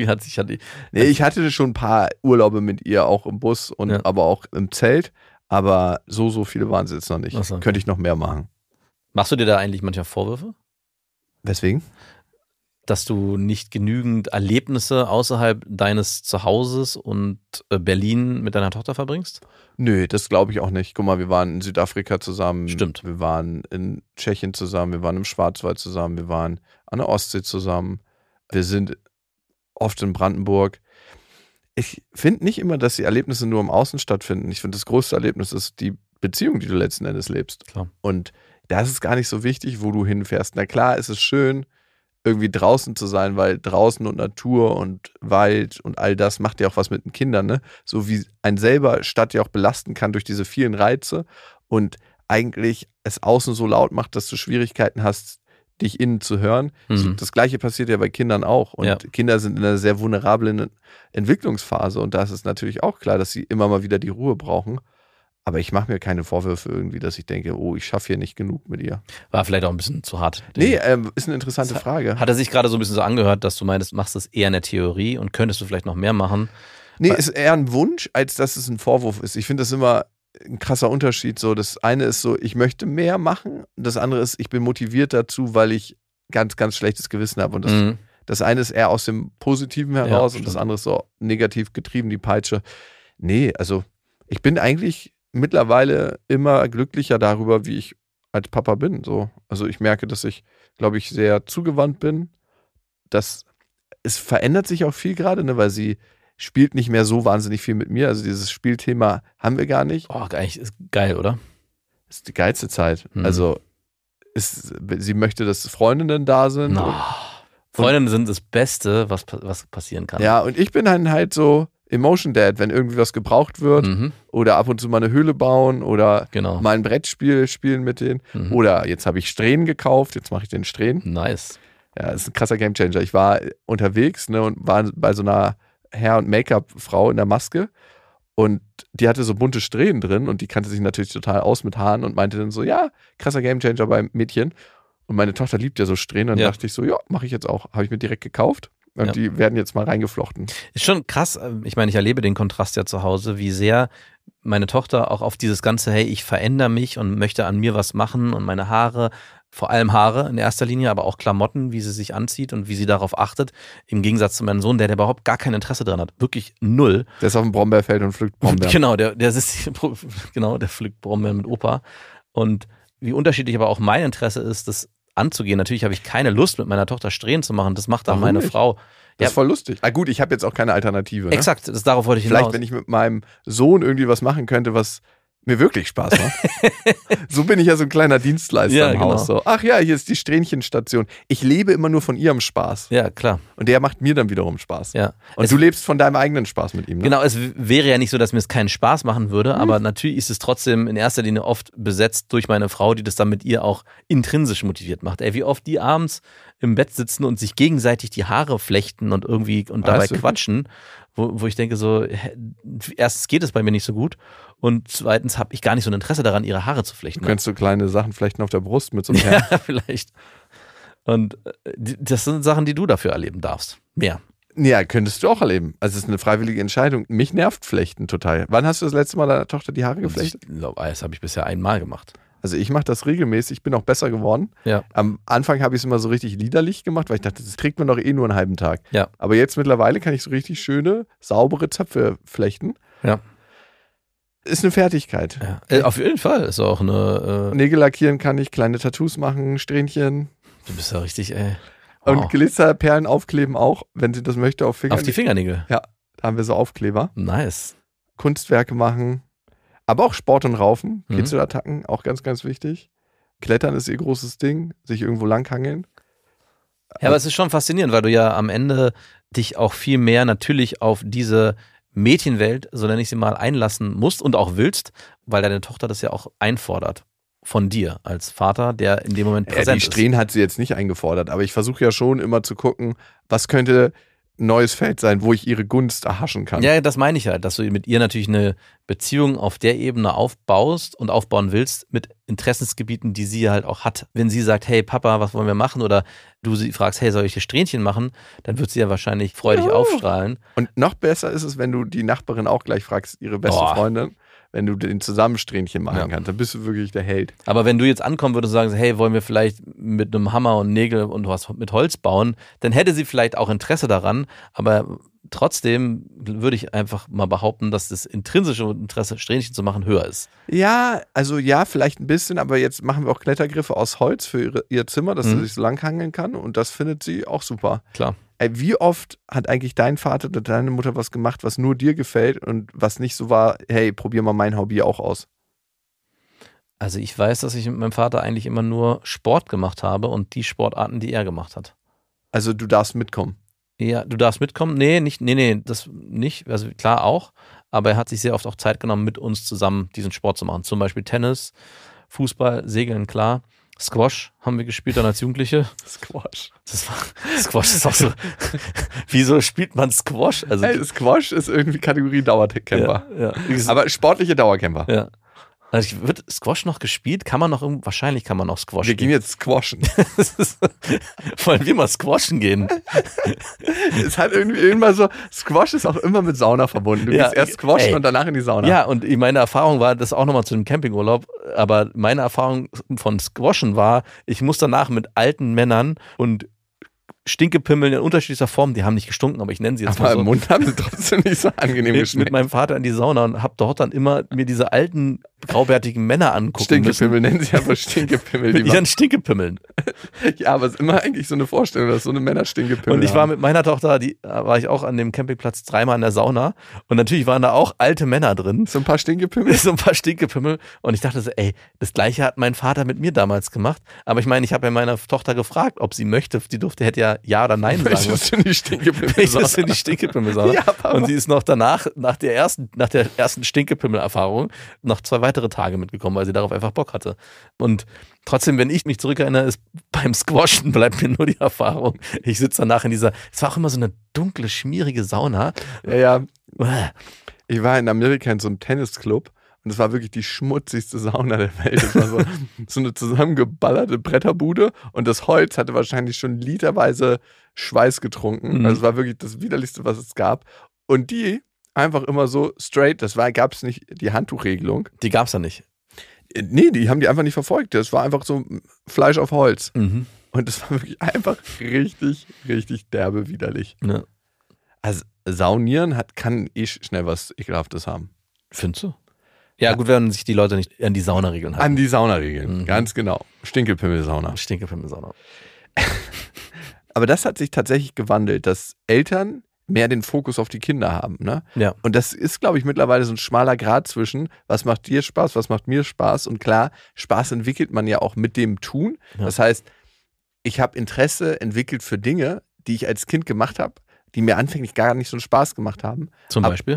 Ich hatte schon ein paar Urlaube mit ihr, auch im Bus und aber auch im Zelt. Aber so viele waren es jetzt noch nicht. So, okay. Könnte ich noch mehr machen. Machst du dir da eigentlich manchmal Vorwürfe? Weswegen? Dass du nicht genügend Erlebnisse außerhalb deines Zuhauses und Berlin mit deiner Tochter verbringst? Nö, das glaube ich auch nicht. Guck mal, wir waren in Südafrika zusammen. Stimmt. Wir waren in Tschechien zusammen. Wir waren im Schwarzwald zusammen. Wir waren an der Ostsee zusammen. Wir sind oft in Brandenburg. Ich finde nicht immer, dass die Erlebnisse nur im Außen stattfinden. Ich finde, das größte Erlebnis ist die Beziehung, die du letzten Endes lebst. Klar. Und da ist es gar nicht so wichtig, wo du hinfährst. Na klar, ist es schön, irgendwie draußen zu sein, weil draußen und Natur und Wald und all das macht ja auch was mit den Kindern, ne? So wie ein selber Stadt ja auch belasten kann durch diese vielen Reize und eigentlich es außen so laut macht, dass du Schwierigkeiten hast, dich innen zu hören. Mhm. Das Gleiche passiert ja bei Kindern auch und Kinder sind in einer sehr vulnerablen Entwicklungsphase und da ist es natürlich auch klar, dass sie immer mal wieder die Ruhe brauchen. Aber ich mache mir keine Vorwürfe irgendwie, dass ich denke, oh, ich schaffe hier nicht genug mit ihr. War vielleicht auch ein bisschen zu hart. Nee, ist eine interessante Frage. Hat er sich gerade so ein bisschen so angehört, dass du meinst, machst das eher in der Theorie und könntest du vielleicht noch mehr machen? Nee, ist eher ein Wunsch, als dass es ein Vorwurf ist. Ich finde das immer ein krasser Unterschied. So, das eine ist so, ich möchte mehr machen. Das andere ist, ich bin motiviert dazu, weil ich ganz, ganz schlechtes Gewissen habe. Und das eine ist eher aus dem Positiven heraus und das andere ist so negativ getrieben, die Peitsche. Nee, also ich bin eigentlich mittlerweile immer glücklicher darüber, wie ich als Papa bin. So. Also ich merke, dass ich, glaube ich, sehr zugewandt bin. Es verändert sich auch viel gerade, ne, weil sie spielt nicht mehr so wahnsinnig viel mit mir. Also dieses Spielthema haben wir gar nicht. Oh, eigentlich ist geil, oder? Das ist die geilste Zeit. Also sie möchte, dass Freundinnen da sind. Freundinnen sind das Beste, was passieren kann. Ja, und ich bin dann halt so Emotion Dad, wenn irgendwie was gebraucht wird oder ab und zu mal eine Höhle bauen oder mal ein Brettspiel spielen mit denen. Oder jetzt habe ich Strähnen gekauft, jetzt mache ich den Strähnen. Nice. Ja, das ist ein krasser Gamechanger. Ich war unterwegs, ne, und war bei so einer Hair- und Make-up-Frau in der Maske und die hatte so bunte Strähnen drin und die kannte sich natürlich total aus mit Haaren und meinte dann so, ja, krasser Gamechanger beim Mädchen. Und meine Tochter liebt ja so Strähnen und dann dachte ich so, ja, mache ich jetzt auch. Habe ich mir direkt gekauft. Und die werden jetzt mal reingeflochten. Ist schon krass. Ich meine, ich erlebe den Kontrast ja zu Hause, wie sehr meine Tochter auch auf dieses ganze, hey, ich verändere mich und möchte an mir was machen und meine Haare, vor allem Haare in erster Linie, aber auch Klamotten, wie sie sich anzieht und wie sie darauf achtet. Im Gegensatz zu meinem Sohn, der überhaupt gar kein Interesse dran hat. Wirklich null. Der ist auf dem Brombeerfeld und pflückt Brombeeren. Genau, der pflückt Brombeeren mit Opa. Und wie unterschiedlich aber auch mein Interesse ist, das anzugehen. Natürlich habe ich keine Lust, mit meiner Tochter Strähnen zu machen. Das macht dann meine Frau. Das ist voll lustig. Gut, ich habe jetzt auch keine Alternative. Ne? Exakt, darauf wollte ich hinaus. Vielleicht, wenn ich mit meinem Sohn irgendwie was machen könnte, was mir wirklich Spaß macht. So bin ich ja so ein kleiner Dienstleister im Haus. So. Ach ja, hier ist die Strähnchenstation. Ich lebe immer nur von ihrem Spaß. Ja, klar. Und der macht mir dann wiederum Spaß. Ja. Und du lebst von deinem eigenen Spaß mit ihm. Ne? Genau, es wäre ja nicht so, dass mir es keinen Spaß machen würde, aber natürlich ist es trotzdem in erster Linie oft besetzt durch meine Frau, die das dann mit ihr auch intrinsisch motiviert macht. Ey, wie oft die abends im Bett sitzen und sich gegenseitig die Haare flechten und irgendwie und dabei quatschen, wo ich denke so, erstens geht es bei mir nicht so gut und zweitens habe ich gar nicht so ein Interesse daran, ihre Haare zu flechten. Du könntest so kleine Sachen flechten auf der Brust mit so einem Herrn. Ja, vielleicht. Und das sind Sachen, die du dafür erleben darfst. Mehr. Ja, könntest du auch erleben. Also es ist eine freiwillige Entscheidung. Mich nervt Flechten total. Wann hast du das letzte Mal deiner Tochter die Haare geflechtet? Ich glaube, das habe ich bisher einmal gemacht. Also ich mache das regelmäßig, ich bin auch besser geworden. Ja. Am Anfang habe ich es immer so richtig liederlich gemacht, weil ich dachte, das trägt man doch eh nur einen halben Tag. Ja. Aber jetzt mittlerweile kann ich so richtig schöne, saubere Zöpfe flechten. Ja. Ist eine Fertigkeit. Ja. Auf jeden Fall. Ist auch eine... Nägel lackieren kann ich, kleine Tattoos machen, Strähnchen. Du bist ja richtig, ey. Wow. Und Glitzerperlen aufkleben auch, wenn sie das möchte, auf Fingernägel. Auf die Fingernägel? Ja, da haben wir so Aufkleber. Nice. Kunstwerke machen. Aber auch Sport und Raufen, Kitzelattacken, auch ganz, ganz wichtig. Klettern ist ihr großes Ding, sich irgendwo langhangeln. Ja, aber es ist schon faszinierend, weil du ja am Ende dich auch viel mehr natürlich auf diese Mädchenwelt, so nenne ich sie mal, einlassen musst und auch willst, weil deine Tochter das ja auch einfordert von dir als Vater, der in dem Moment präsent ist. Die Strähnen hat sie jetzt nicht eingefordert, aber ich versuche ja schon immer zu gucken, was könnte ein neues Feld sein, wo ich ihre Gunst erhaschen kann. Ja, das meine ich halt, dass du mit ihr natürlich eine Beziehung auf der Ebene aufbaust und aufbauen willst mit Interessensgebieten, die sie halt auch hat. Wenn sie sagt, hey Papa, was wollen wir machen? Oder du sie fragst, hey, soll ich hier Strähnchen machen? Dann wird sie ja wahrscheinlich freudig aufstrahlen. Und noch besser ist es, wenn du die Nachbarin auch gleich fragst, ihre beste Freundin, wenn du den zusammen Strähnchen machen kannst. Dann bist du wirklich der Held. Aber wenn du jetzt ankommen würdest und sagen, hey, wollen wir vielleicht mit einem Hammer und Nägel und was mit Holz bauen, dann hätte sie vielleicht auch Interesse daran, aber trotzdem würde ich einfach mal behaupten, dass das intrinsische Interesse, Strähnchen zu machen, höher ist. Ja, also ja, vielleicht ein bisschen, aber jetzt machen wir auch Klettergriffe aus Holz für ihr Zimmer, dass sie sich so langhangeln kann und das findet sie auch super. Klar. Wie oft hat eigentlich dein Vater oder deine Mutter was gemacht, was nur dir gefällt und was nicht so war, hey, probier mal mein Hobby auch aus? Also ich weiß, dass ich mit meinem Vater eigentlich immer nur Sport gemacht habe und die Sportarten, die er gemacht hat. Also du darfst mitkommen? Ja, du darfst mitkommen. Nee, das nicht. Also klar auch, aber er hat sich sehr oft auch Zeit genommen, mit uns zusammen diesen Sport zu machen. Zum Beispiel Tennis, Fußball, Segeln, klar. Squash haben wir gespielt dann als Jugendliche. Squash ist auch so. Wieso spielt man Squash? Also, hey, Squash ist irgendwie Kategorie Dauercamper. Ja. Aber sportliche Dauercamper. Ja. Also wird Squash noch gespielt? Wahrscheinlich kann man noch Squash Wir gehen jetzt squashen. Wollen wir mal squashen gehen? Es hat irgendwie immer so, Squash ist auch immer mit Sauna verbunden. Du gehst erst squashen und danach in die Sauna. Ja, und meine Erfahrung war, das auch nochmal zu dem Campingurlaub, aber meine Erfahrung von Squashen war, ich muss danach mit alten Männern und Stinkepimmeln in unterschiedlicher Form, die haben nicht gestunken, aber ich nenne sie jetzt aber mal so. Im Mund haben sie trotzdem nicht so angenehm geschmeckt. Mit meinem Vater in die Sauna und habe dort dann immer mir diese alten, graubärtigen Männer angucken Stinkepimmel, müssen. nennen sie einfach Stinkepimmel. Mit ihren Stinkepimmeln. Ja, aber es ist immer eigentlich so eine Vorstellung, dass so eine Männer Stinkepimmel Und ich war mit meiner Tochter, war ich auch an dem Campingplatz 3-mal in der Sauna und natürlich waren da auch alte Männer drin. So ein paar Stinkepimmel? So ein paar Stinkepimmel und ich dachte so, ey, das Gleiche hat mein Vater mit mir damals gemacht, aber ich meine, ich habe ja meine Tochter gefragt, ob sie möchte, hätte ja Ja oder Nein sagen. Möchtest du in die Stinkepimmel-Sauna? Ja, und sie ist noch danach, nach der ersten Stinkepimmel-Erfahrung, noch 2 weitere Tage mitgekommen, weil sie darauf einfach Bock hatte. Und trotzdem, wenn ich mich zurückerinnere, ist beim Squashen bleibt mir nur die Erfahrung. Ich sitze danach es war auch immer so eine dunkle, schmierige Sauna. Ja. Ich war in Amerika in so einem Tennisclub und es war wirklich die schmutzigste Sauna der Welt. Es war so eine zusammengeballerte Bretterbude und das Holz hatte wahrscheinlich schon literweise Schweiß getrunken. Also es war wirklich das Widerlichste, was es gab. Und die einfach immer so straight, gab es nicht die Handtuchregelung. Die gab es ja nicht. Nee, die haben die einfach nicht verfolgt. Das war einfach so Fleisch auf Holz. Und das war wirklich einfach richtig, richtig derbe widerlich. Ja. Also Saunieren kann schnell was Ekelhaftes haben. Findest du? Ja, gut, wenn sich die Leute nicht an die Saunaregeln halten. An die Saunaregeln, ganz genau. Stinkepimmel-Sauna. Stinkepimmel-Sauna. Aber das hat sich tatsächlich gewandelt, dass Eltern mehr den Fokus auf die Kinder haben. Ne? Ja. Und das ist, glaube ich, mittlerweile so ein schmaler Grat zwischen, was macht dir Spaß, was macht mir Spaß. Und klar, Spaß entwickelt man ja auch mit dem Tun. Ja. Das heißt, ich habe Interesse entwickelt für Dinge, die ich als Kind gemacht habe, die mir anfänglich gar nicht so einen Spaß gemacht haben. Zum Beispiel?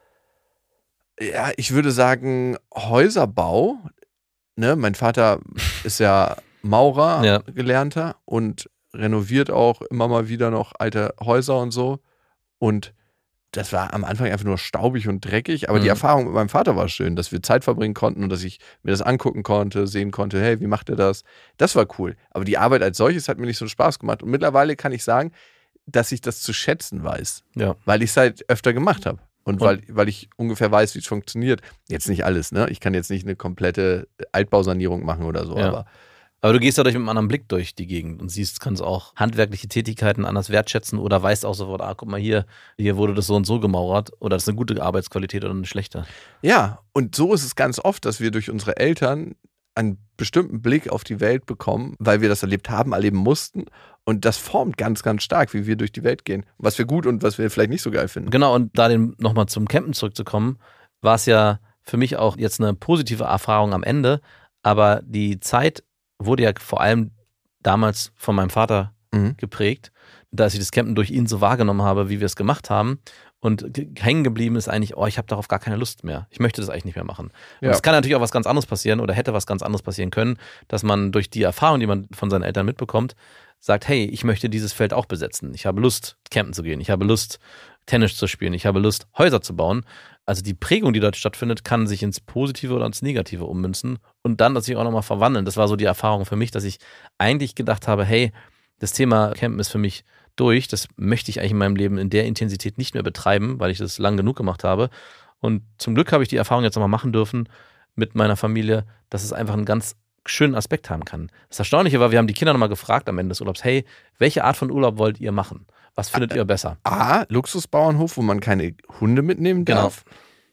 Ja, ich würde sagen, Häuserbau. Ne? Mein Vater ist ja Maurer, Ja. gelernter, und renoviert auch immer mal wieder noch alte Häuser und so. Und das war am Anfang einfach nur staubig und dreckig, aber die Erfahrung mit meinem Vater war schön, dass wir Zeit verbringen konnten und dass ich mir das angucken konnte, sehen konnte, hey, wie macht er das? Das war cool. Aber die Arbeit als solches hat mir nicht so einen Spaß gemacht. Und mittlerweile kann ich sagen, dass ich das zu schätzen weiß, Ja. weil ich es halt öfter gemacht habe. Und weil ich ungefähr weiß, wie es funktioniert. Jetzt nicht alles, ne? Ich kann jetzt nicht eine komplette Altbausanierung machen oder so, Ja. Aber du gehst dadurch mit einem anderen Blick durch die Gegend und kannst auch handwerkliche Tätigkeiten anders wertschätzen oder weißt auch sofort, guck mal hier wurde das so und so gemauert oder das ist eine gute Arbeitsqualität oder eine schlechte. Ja, und so ist es ganz oft, dass wir durch unsere Eltern einen bestimmten Blick auf die Welt bekommen, weil wir das erlebt haben, erleben mussten. Und das formt ganz, ganz stark, wie wir durch die Welt gehen. Was wir gut und was wir vielleicht nicht so geil finden. Genau, und da nochmal zum Campen zurückzukommen, war es ja für mich auch jetzt eine positive Erfahrung am Ende, aber die Zeit wurde ja vor allem damals von meinem Vater geprägt, dass ich das Campen durch ihn so wahrgenommen habe, wie wir es gemacht haben. Und hängen geblieben ist eigentlich, ich habe darauf gar keine Lust mehr. Ich möchte das eigentlich nicht mehr machen. Und es kann natürlich auch was ganz anderes passieren oder hätte was ganz anderes passieren können, dass man durch die Erfahrung, die man von seinen Eltern mitbekommt, sagt, hey, ich möchte dieses Feld auch besetzen. Ich habe Lust, campen zu gehen. Ich habe Lust, Tennis zu spielen. Ich habe Lust, Häuser zu bauen. Also die Prägung, die dort stattfindet, kann sich ins Positive oder ins Negative ummünzen und dann sich auch nochmal verwandeln. Das war so die Erfahrung für mich, dass ich eigentlich gedacht habe, hey, das Thema Campen ist für mich durch. Das möchte ich eigentlich in meinem Leben in der Intensität nicht mehr betreiben, weil ich das lang genug gemacht habe. Und zum Glück habe ich die Erfahrung jetzt nochmal machen dürfen mit meiner Familie, dass es einfach einen ganz schönen Aspekt haben kann. Das Erstaunliche war, wir haben die Kinder nochmal gefragt am Ende des Urlaubs, hey, welche Art von Urlaub wollt ihr machen? Was findet ihr besser? A, Luxusbauernhof, wo man keine Hunde mitnehmen darf.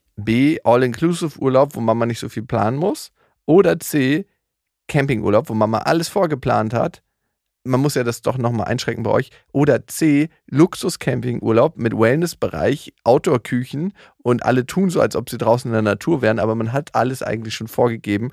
B, All-Inclusive-Urlaub, wo man mal nicht so viel planen muss. Oder C, Campingurlaub, wo man mal alles vorgeplant hat. Man muss ja das doch nochmal einschränken bei euch. Oder C, Luxus-Campingurlaub mit Wellnessbereich, Outdoor-Küchen und alle tun so, als ob sie draußen in der Natur wären, aber man hat alles eigentlich schon vorgegeben.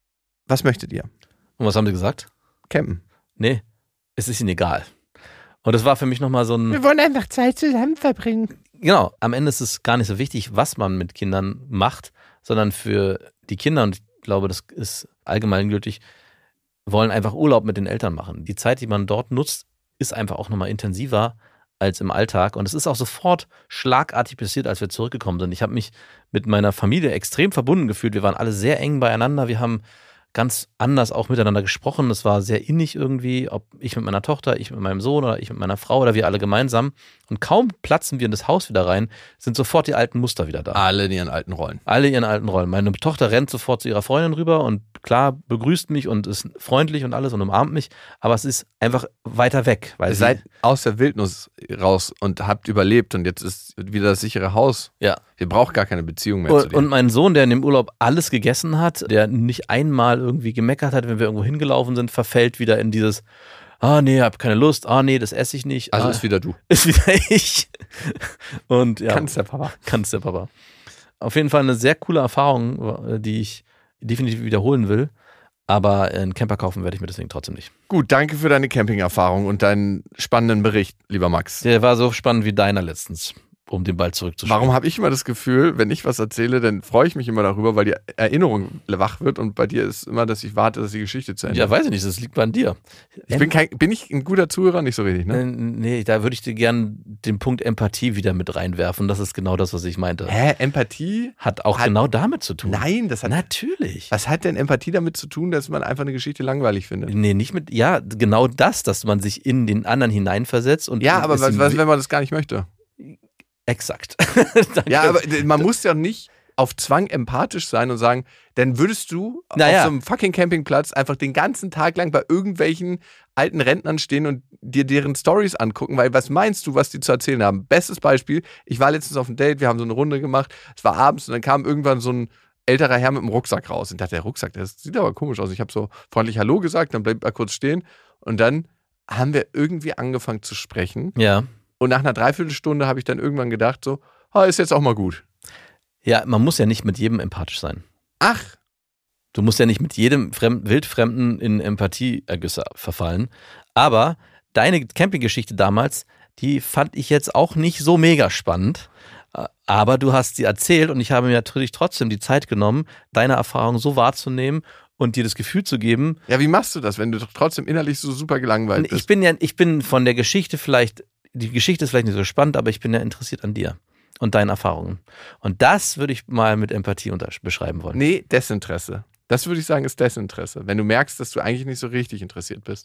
Was möchtet ihr? Und was haben sie gesagt? Campen. Nee, es ist ihnen egal. Und das war für mich nochmal so ein... Wir wollen einfach Zeit zusammen verbringen. Genau, am Ende ist es gar nicht so wichtig, was man mit Kindern macht, sondern für die Kinder, und ich glaube, das ist allgemeingültig, wollen einfach Urlaub mit den Eltern machen. Die Zeit, die man dort nutzt, ist einfach auch nochmal intensiver als im Alltag. Und es ist auch sofort schlagartig passiert, als wir zurückgekommen sind. Ich habe mich mit meiner Familie extrem verbunden gefühlt. Wir waren alle sehr eng beieinander. Wir haben ganz anders auch miteinander gesprochen. Es war sehr innig irgendwie, ob ich mit meiner Tochter, ich mit meinem Sohn oder ich mit meiner Frau oder wir alle gemeinsam. Und kaum platzen wir in das Haus wieder rein, sind sofort die alten Muster wieder da. Alle in ihren alten Rollen. Alle in ihren alten Rollen. Meine Tochter rennt sofort zu ihrer Freundin rüber und klar begrüßt mich und ist freundlich und alles und umarmt mich, aber es ist einfach weiter weg. Weil Ihr seid aus der Wildnis raus und habt überlebt und jetzt ist wieder das sichere Haus. Ja. Ihr braucht gar keine Beziehung mehr zu dir. Und mein Sohn, der in dem Urlaub alles gegessen hat, der nicht einmal irgendwie gemeckert hat, wenn wir irgendwo hingelaufen sind, verfällt wieder in dieses, nee, hab keine Lust, nee, das esse ich nicht. Also ist wieder du. Ist wieder ich. Und ja. Kannst der Papa. Kannst der Papa. Auf jeden Fall eine sehr coole Erfahrung, die ich definitiv wiederholen will. Aber einen Camper kaufen werde ich mir deswegen trotzdem nicht. Gut, danke für deine Camping-Erfahrung und deinen spannenden Bericht, lieber Max. Der war so spannend wie deiner letztens, um den Ball zurückzuspielen. Warum habe ich immer das Gefühl, wenn ich was erzähle, dann freue ich mich immer darüber, weil die Erinnerung wach wird und bei dir ist immer, dass ich warte, dass die Geschichte zu Ende ist. Ja, weiß ich nicht, das liegt an dir. Bin ich ein guter Zuhörer? Nicht so richtig, ne? Nee, da würde ich dir gern den Punkt Empathie wieder mit reinwerfen. Das ist genau das, was ich meinte. Empathie? Hat auch genau damit zu tun. Nein, das hat... Natürlich. Was hat denn Empathie damit zu tun, dass man einfach eine Geschichte langweilig findet? Nee, nicht mit... Ja, genau das, dass man sich in den anderen hineinversetzt. Und ja, aber was, wenn man das gar nicht möchte? Exakt. Ja, aber man muss ja nicht auf Zwang empathisch sein und sagen, dann würdest du auf so einem fucking Campingplatz einfach den ganzen Tag lang bei irgendwelchen alten Rentnern stehen und dir deren Storys angucken, weil was meinst du, was die zu erzählen haben? Bestes Beispiel, ich war letztens auf einem Date, wir haben so eine Runde gemacht, es war abends und dann kam irgendwann so ein älterer Herr mit einem Rucksack raus und dachte, der Rucksack, das sieht aber komisch aus. Ich habe so freundlich Hallo gesagt, dann blieb er kurz stehen und dann haben wir irgendwie angefangen zu sprechen. Ja. Und nach einer Dreiviertelstunde habe ich dann irgendwann gedacht so, ist jetzt auch mal gut. Ja, man muss ja nicht mit jedem empathisch sein. Ach. Du musst ja nicht mit jedem Wildfremden in Empathieergüsse verfallen. Aber deine Campinggeschichte damals, die fand ich jetzt auch nicht so mega spannend. Aber du hast sie erzählt und ich habe mir natürlich trotzdem die Zeit genommen, deine Erfahrung so wahrzunehmen und dir das Gefühl zu geben. Ja, wie machst du das, wenn du doch trotzdem innerlich so super gelangweilt bist? Ich bin von der Geschichte die Geschichte ist vielleicht nicht so spannend, aber ich bin ja interessiert an dir und deinen Erfahrungen. Und das würde ich mal mit Empathie beschreiben wollen. Nee, Desinteresse. Das würde ich sagen, ist Desinteresse. Wenn du merkst, dass du eigentlich nicht so richtig interessiert bist.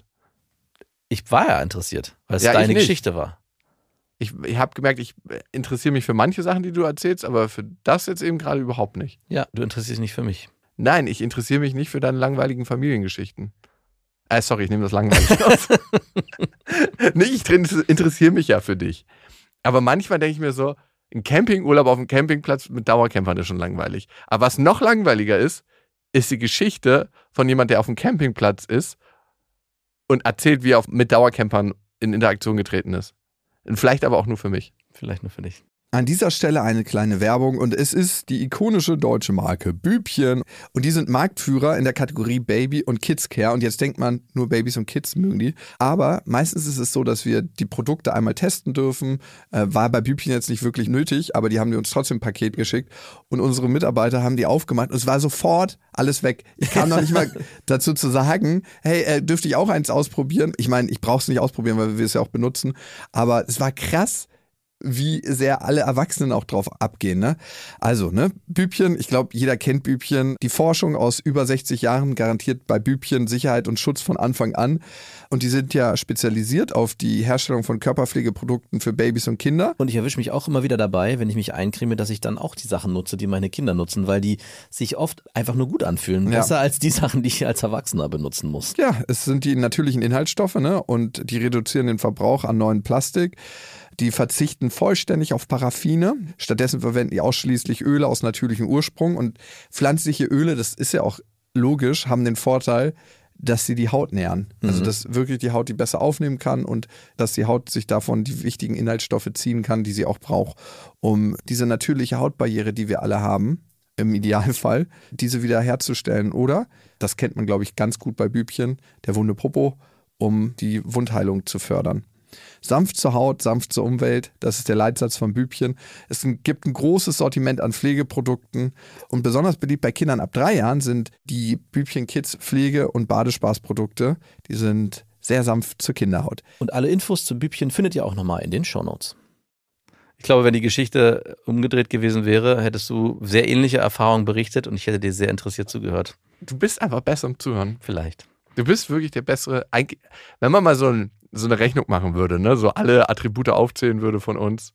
Ich war ja interessiert, weil es deine Geschichte war. Ich habe gemerkt, ich interessiere mich für manche Sachen, die du erzählst, aber für das jetzt eben gerade überhaupt nicht. Ja, du interessierst dich nicht für mich. Nein, ich interessiere mich nicht für deine langweiligen Familiengeschichten. Sorry, ich nehme das langweilig aus. Nee, ich interessiere mich ja für dich. Aber manchmal denke ich mir so, ein Campingurlaub auf dem Campingplatz mit Dauercampern ist schon langweilig. Aber was noch langweiliger ist die Geschichte von jemand, der auf dem Campingplatz ist und erzählt, wie er mit Dauercampern in Interaktion getreten ist. Und vielleicht aber auch nur für mich. Vielleicht nur für dich. An dieser Stelle eine kleine Werbung und es ist die ikonische deutsche Marke Bübchen und die sind Marktführer in der Kategorie Baby- und Kids-Care und jetzt denkt man, nur Babys und Kids mögen die, aber meistens ist es so, dass wir die Produkte einmal testen dürfen, war bei Bübchen jetzt nicht wirklich nötig, aber die haben uns trotzdem ein Paket geschickt und unsere Mitarbeiter haben die aufgemacht und es war sofort alles weg. Ich kam noch nicht mal dazu zu sagen, hey, dürfte ich auch eins ausprobieren? Ich meine, ich brauche es nicht ausprobieren, weil wir es ja auch benutzen, aber es war krass, wie sehr alle Erwachsenen auch drauf abgehen. Ne? Also, Bübchen, ich glaube, jeder kennt Bübchen. Die Forschung aus über 60 Jahren garantiert bei Bübchen Sicherheit und Schutz von Anfang an. Und die sind ja spezialisiert auf die Herstellung von Körperpflegeprodukten für Babys und Kinder. Und ich erwische mich auch immer wieder dabei, wenn ich mich eincreme, dass ich dann auch die Sachen nutze, die meine Kinder nutzen, weil die sich oft einfach nur gut anfühlen. Ja. Besser als die Sachen, die ich als Erwachsener benutzen muss. Ja, es sind die natürlichen Inhaltsstoffe, ne? Und die reduzieren den Verbrauch an neuen Plastik. Die verzichten vollständig auf Paraffine. Stattdessen verwenden die ausschließlich Öle aus natürlichem Ursprung. Und pflanzliche Öle, das ist ja auch logisch, haben den Vorteil, dass sie die Haut nähren. Also dass wirklich die Haut die besser aufnehmen kann und dass die Haut sich davon die wichtigen Inhaltsstoffe ziehen kann, die sie auch braucht, um diese natürliche Hautbarriere, die wir alle haben, im Idealfall, diese wieder herzustellen. Oder, das kennt man, glaube ich, ganz gut bei Bübchen, der wunde Popo, um die Wundheilung zu fördern. Sanft zur Haut, sanft zur Umwelt, das ist der Leitsatz von Bübchen. Es gibt ein großes Sortiment an Pflegeprodukten und besonders beliebt bei Kindern ab 3 Jahren sind die Bübchen Kids Pflege- und Badespaßprodukte. Die sind sehr sanft zur Kinderhaut. Und alle Infos zu Bübchen findet ihr auch nochmal in den Shownotes. Ich glaube, wenn die Geschichte umgedreht gewesen wäre, hättest du sehr ähnliche Erfahrungen berichtet und ich hätte dir sehr interessiert zugehört. Du bist einfach besser im Zuhören. Vielleicht. Du bist wirklich der bessere. Wenn man mal so eine Rechnung machen würde, ne? So alle Attribute aufzählen würde von uns.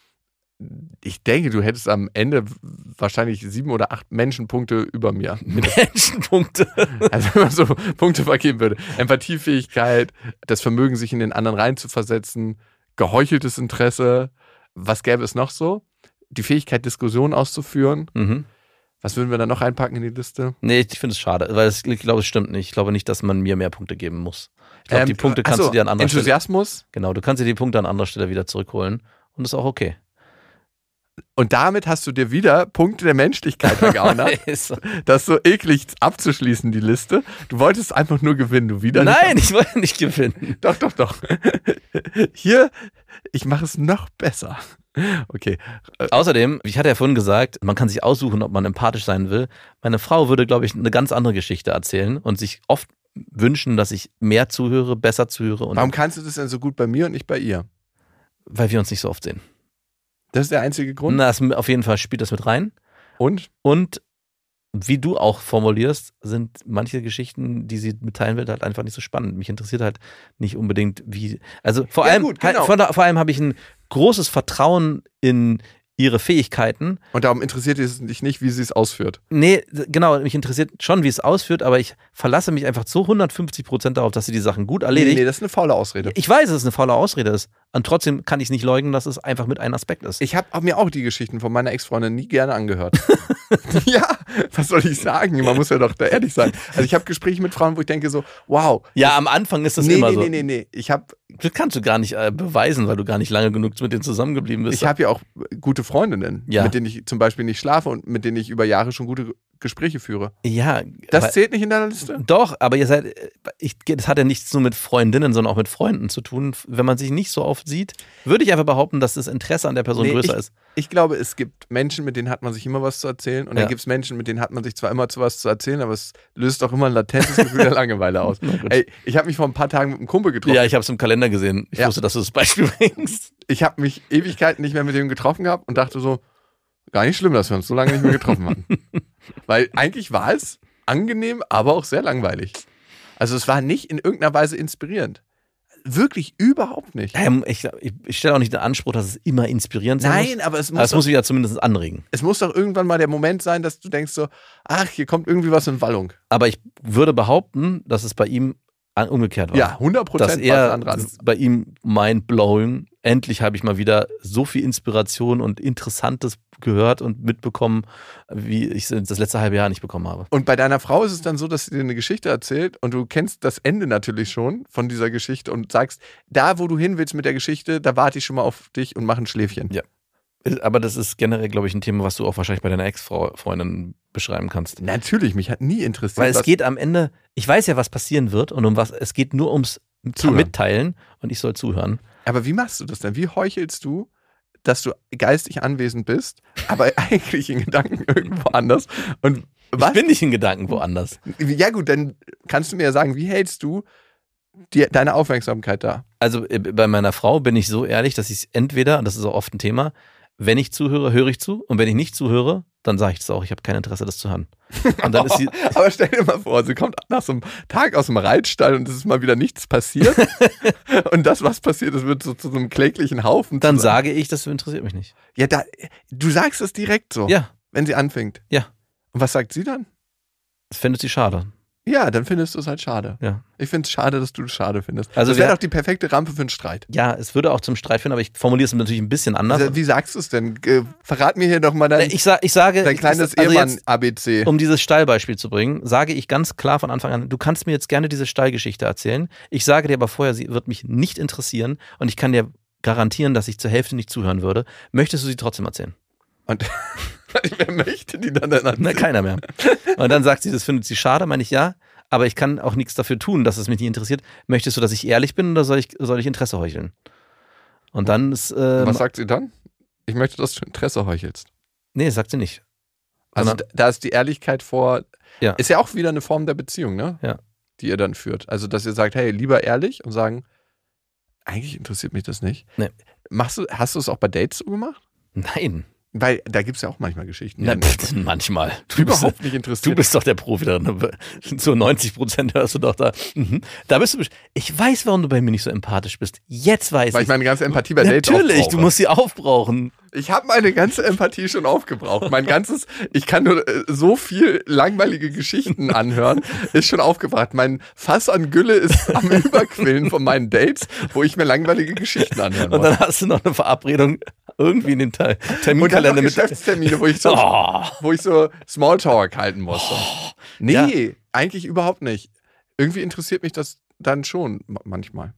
Ich denke, du hättest am Ende wahrscheinlich 7 oder 8 Menschenpunkte über mir. Menschenpunkte? Also wenn man so Punkte vergeben würde. Empathiefähigkeit, das Vermögen, sich in den anderen reinzuversetzen, geheucheltes Interesse. Was gäbe es noch so? Die Fähigkeit, Diskussionen auszuführen. Was würden wir da noch einpacken in die Liste? Nee, ich finde es schade, weil ich glaube, es stimmt nicht. Ich glaube nicht, dass man mir mehr Punkte geben muss. Ich glaube, die Punkte kannst du dir an anderer Stelle... Enthusiasmus? Genau, du kannst dir die Punkte an anderer Stelle wieder zurückholen und das ist auch okay. Und damit hast du dir wieder Punkte der Menschlichkeit ergaunert. Das ist so eklig abzuschließen, die Liste. Du wolltest einfach nur gewinnen, du wieder. Nein, ich wollte nicht gewinnen. Doch. Hier, ich mache es noch besser. Okay. Außerdem, ich hatte ja vorhin gesagt, man kann sich aussuchen, ob man empathisch sein will. Meine Frau würde, glaube ich, eine ganz andere Geschichte erzählen und sich oft wünschen, dass ich mehr zuhöre, besser zuhöre. Und warum kannst du das denn so gut bei mir und nicht bei ihr? Weil wir uns nicht so oft sehen. Das ist der einzige Grund? Na, auf jeden Fall spielt das mit rein. Und wie du auch formulierst, sind manche Geschichten, die sie mitteilen will, halt einfach nicht so spannend. Mich interessiert halt nicht unbedingt, wie. Also vor allem habe ich ein großes Vertrauen in ihre Fähigkeiten. Und darum interessiert es dich nicht, wie sie es ausführt. Nee, genau, mich interessiert schon, wie es ausführt, aber ich verlasse mich einfach zu 150% darauf, dass sie die Sachen gut erledigt. Nee, das ist eine faule Ausrede. Ich weiß, dass es eine faule Ausrede ist. Und trotzdem kann ich es nicht leugnen, dass es einfach mit einem Aspekt ist. Ich habe mir auch die Geschichten von meiner Ex-Freundin nie gerne angehört. Ja, was soll ich sagen? Man muss ja doch da ehrlich sein. Also ich habe Gespräche mit Frauen, wo ich denke so, wow. Ja, am Anfang ist das immer so. Nee. Das kannst du gar nicht beweisen, weil du gar nicht lange genug mit denen zusammengeblieben bist. Ich habe ja auch gute Freundinnen, Ja. mit denen ich zum Beispiel nicht schlafe und mit denen ich über Jahre schon gute Gespräche führe. Ja. Das zählt nicht in deiner Liste? Doch, aber ihr seid, das hat ja nichts nur mit Freundinnen, sondern auch mit Freunden zu tun. Wenn man sich nicht so oft sieht, würde ich einfach behaupten, dass das Interesse an der Person größer ist. Ich glaube, es gibt Menschen, mit denen hat man sich immer was zu erzählen und dann gibt es Menschen, mit denen hat man sich zwar immer zu was zu erzählen, aber es löst auch immer ein latentes Gefühl der Langeweile aus. Ey, ich habe mich vor ein paar Tagen mit einem Kumpel getroffen. Ja, ich habe es im Kalender gesehen. Ich wusste, dass du das Beispiel bringst. Ich habe mich Ewigkeiten nicht mehr mit dem getroffen gehabt und dachte so, gar nicht schlimm, dass wir uns so lange nicht mehr getroffen hatten. Weil eigentlich war es angenehm, aber auch sehr langweilig. Also es war nicht in irgendeiner Weise inspirierend. Wirklich überhaupt nicht. Ich stelle auch nicht den Anspruch, dass es immer inspirierend sein muss. Nein, aber es muss mich ja zumindest anregen. Es muss doch irgendwann mal der Moment sein, dass du denkst so, ach, hier kommt irgendwie was in Wallung. Aber ich würde behaupten, dass es bei ihm umgekehrt war. Ja, 100% dass bei ihm mind-blowing. Endlich habe ich mal wieder so viel Inspiration und Interessantes gehört und mitbekommen, wie ich es das letzte halbe Jahr nicht bekommen habe. Und bei deiner Frau ist es dann so, dass sie dir eine Geschichte erzählt und du kennst das Ende natürlich schon von dieser Geschichte und sagst, da wo du hin willst mit der Geschichte, da warte ich schon mal auf dich und mache ein Schläfchen. Ja. Aber das ist generell, glaube ich, ein Thema, was du auch wahrscheinlich bei deiner Ex-Freundin beschreiben kannst. Natürlich, mich hat nie interessiert. Weil es geht am Ende, ich weiß ja, was passieren wird und es geht nur ums Mitteilen und ich soll zuhören. Aber wie machst du das denn? Wie heuchelst du, dass du geistig anwesend bist, aber eigentlich in Gedanken irgendwo anders? Und was? Ich bin nicht in Gedanken woanders. Ja gut, dann kannst du mir ja sagen, wie hältst du deine Aufmerksamkeit da? Also bei meiner Frau bin ich so ehrlich, dass ich es entweder, und das ist auch oft ein Thema, wenn ich zuhöre, höre ich zu. Und wenn ich nicht zuhöre, dann sage ich das auch. Ich habe kein Interesse, das zu hören. Und dann ist sie aber stell dir mal vor, sie kommt nach so einem Tag aus dem Reitstall und es ist mal wieder nichts passiert. Und das, was passiert ist, wird so zu so einem kläglichen Haufen. Dann sage ich, das interessiert mich nicht. Ja, du sagst es direkt so. Ja. Wenn sie anfängt. Ja. Und was sagt sie dann? Das findet sie schade. Ja, dann findest du es halt schade. Ja. Ich finde es schade, dass du es schade findest. Also das wäre doch die perfekte Rampe für einen Streit. Ja, es würde auch zum Streit führen, aber ich formuliere es natürlich ein bisschen anders. Wie sagst du es denn? Verrat mir hier doch mal dein kleines Ehemann-ABC. Um dieses Stallbeispiel zu bringen, sage ich ganz klar von Anfang an, du kannst mir jetzt gerne diese Stallgeschichte erzählen. Ich sage dir aber vorher, sie wird mich nicht interessieren und ich kann dir garantieren, dass ich zur Hälfte nicht zuhören würde. Möchtest du sie trotzdem erzählen? Und wer möchte die dann erzählen? Na, keiner mehr. Und dann sagt sie, das findet sie schade, meine ich ja. Aber ich kann auch nichts dafür tun, dass es mich nicht interessiert. Möchtest du, dass ich ehrlich bin oder soll ich Interesse heucheln? Und dann ist. Was sagt sie dann? Ich möchte, dass du Interesse heuchelst. Nee, sagt sie nicht. Also da ist die Ehrlichkeit vor. Ja. Ist ja auch wieder eine Form der Beziehung, ne? Ja. Die ihr dann führt. Also, dass ihr sagt, hey, lieber ehrlich und sagen, eigentlich interessiert mich das nicht. Nee. Hast du es auch bei Dates so gemacht? Nein. Weil da gibt es ja auch manchmal Geschichten. Na, manchmal. Überhaupt nicht interessiert. Du bist doch der Profi da. Zu 90% hörst du doch da. Da bist du. Ich weiß, warum du bei mir nicht so empathisch bist. Jetzt weiß ich. Weil ich meine ganze Empathie bei Dates aufbrauche. Natürlich, du musst sie aufbrauchen. Ich habe meine ganze Empathie schon aufgebraucht. Ich kann nur so viel langweilige Geschichten anhören, ist schon aufgebracht. Mein Fass an Gülle ist am Überquillen von meinen Dates, wo ich mir langweilige Geschichten anhören Und dann hast du noch eine Verabredung irgendwie in den Terminkalender mit Geschäftstermine, wo ich so Smalltalk halten muss. Nee, eigentlich überhaupt nicht. Irgendwie interessiert mich das dann schon manchmal.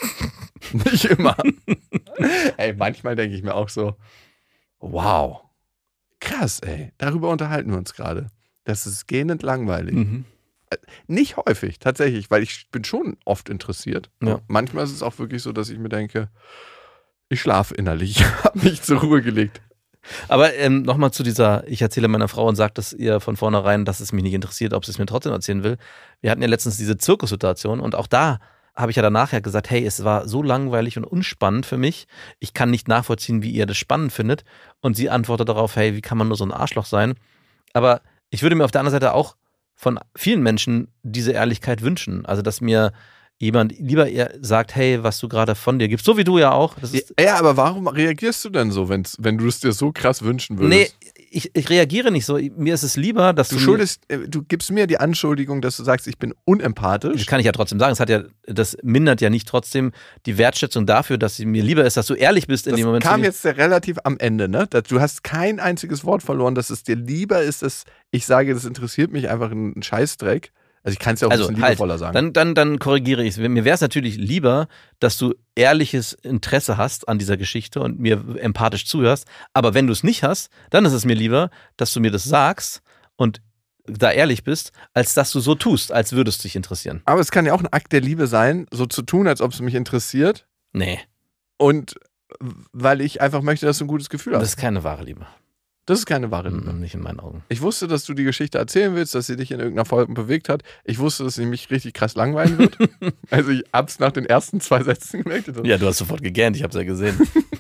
Nicht immer. Ey, manchmal denke ich mir auch so, wow, krass, ey, darüber unterhalten wir uns gerade. Das ist gähnend langweilig. Mhm. Nicht häufig, tatsächlich, weil ich bin schon oft interessiert. Ja. Manchmal ist es auch wirklich so, dass ich mir denke, ich schlafe innerlich, ich habe mich zur Ruhe gelegt. Aber nochmal zu dieser, ich erzähle meiner Frau und sage das ihr von vornherein, dass es mich nicht interessiert, ob sie es mir trotzdem erzählen will. Wir hatten ja letztens diese Zirkussituation und auch da habe ich ja danach ja gesagt, hey, es war so langweilig und unspannend für mich. Ich kann nicht nachvollziehen, wie ihr das spannend findet. Und sie antwortet darauf, hey, wie kann man nur so ein Arschloch sein? Aber ich würde mir auf der anderen Seite auch von vielen Menschen diese Ehrlichkeit wünschen. Also, dass mir jemand lieber eher sagt, hey, was du gerade von dir gibst, so wie du ja auch. Das ist ja, aber warum reagierst du denn so, wenn du es dir so krass wünschen würdest? Nee, ich reagiere nicht so. Mir ist es lieber, dass du gibst mir die Anschuldigung, dass du sagst, ich bin unempathisch. Das kann ich ja trotzdem sagen. Das mindert ja nicht trotzdem die Wertschätzung dafür, dass mir lieber ist, dass du ehrlich bist in dem Moment. Das kam jetzt relativ am Ende, ne? Du hast kein einziges Wort verloren, dass es dir lieber ist, dass ich sage, das interessiert mich einfach ein Scheißdreck. Also ich kann es ja auch ein bisschen liebevoller sagen. Dann korrigiere ich es. Mir wäre es natürlich lieber, dass du ehrliches Interesse hast an dieser Geschichte und mir empathisch zuhörst. Aber wenn du es nicht hast, dann ist es mir lieber, dass du mir das sagst und da ehrlich bist, als dass du so tust, als würdest du dich interessieren. Aber es kann ja auch ein Akt der Liebe sein, so zu tun, als ob es mich interessiert. Nee. Und weil ich einfach möchte, dass du ein gutes Gefühl hast. Das ist keine wahre Liebe. Das ist keine wahre Liebe. Nicht in meinen Augen. Ich wusste, dass du die Geschichte erzählen willst, dass sie dich in irgendeiner Folge bewegt hat. Ich wusste, dass sie mich richtig krass langweilen wird. Also ich hab's nach den ersten 2 Sätzen gemerkt. Ja, du hast sofort gegähnt, ich hab's ja gesehen.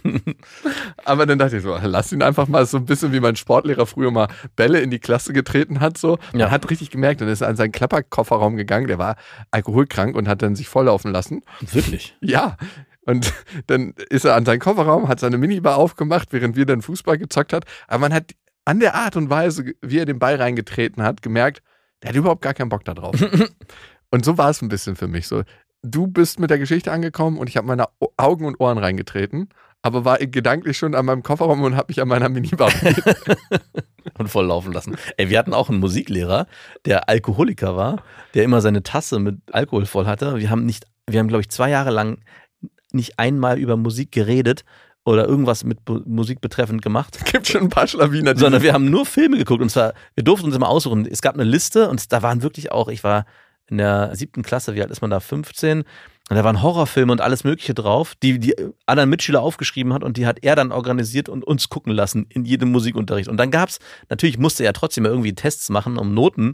Aber dann dachte ich so, lass ihn einfach mal, so ein bisschen wie mein Sportlehrer früher mal Bälle in die Klasse getreten hat. So. Man hat richtig gemerkt, dann ist er an seinen Klapperkofferraum gegangen, der war alkoholkrank und hat dann sich volllaufen lassen. Wirklich? Ja. Und dann ist er an seinen Kofferraum, hat seine Minibar aufgemacht, während wir dann Fußball gezockt hat. Aber man hat an der Art und Weise, wie er den Ball reingetreten hat, gemerkt, der hat überhaupt gar keinen Bock da drauf. Und so war es ein bisschen für mich. So, du bist mit der Geschichte angekommen und ich habe meine Augen und Ohren reingetreten, aber war gedanklich schon an meinem Kofferraum und habe mich an meiner Minibar und voll laufen lassen. Ey, wir hatten auch einen Musiklehrer, der Alkoholiker war, der immer seine Tasse mit Alkohol voll hatte. Wir haben, glaube ich, 2 Jahre lang nicht einmal über Musik geredet oder irgendwas mit Musik betreffend gemacht. Es gibt schon ein paar Schlawiner. Sondern wir haben nur Filme geguckt und zwar, wir durften uns immer aussuchen. Es gab eine Liste und da waren wirklich auch, ich war in der 7. Klasse, wie alt ist man da? 15. Und da waren Horrorfilme und alles Mögliche drauf, die anderen Mitschüler aufgeschrieben hat und die hat er dann organisiert und uns gucken lassen in jedem Musikunterricht. Und dann gab's, natürlich musste er trotzdem irgendwie Tests machen, um Noten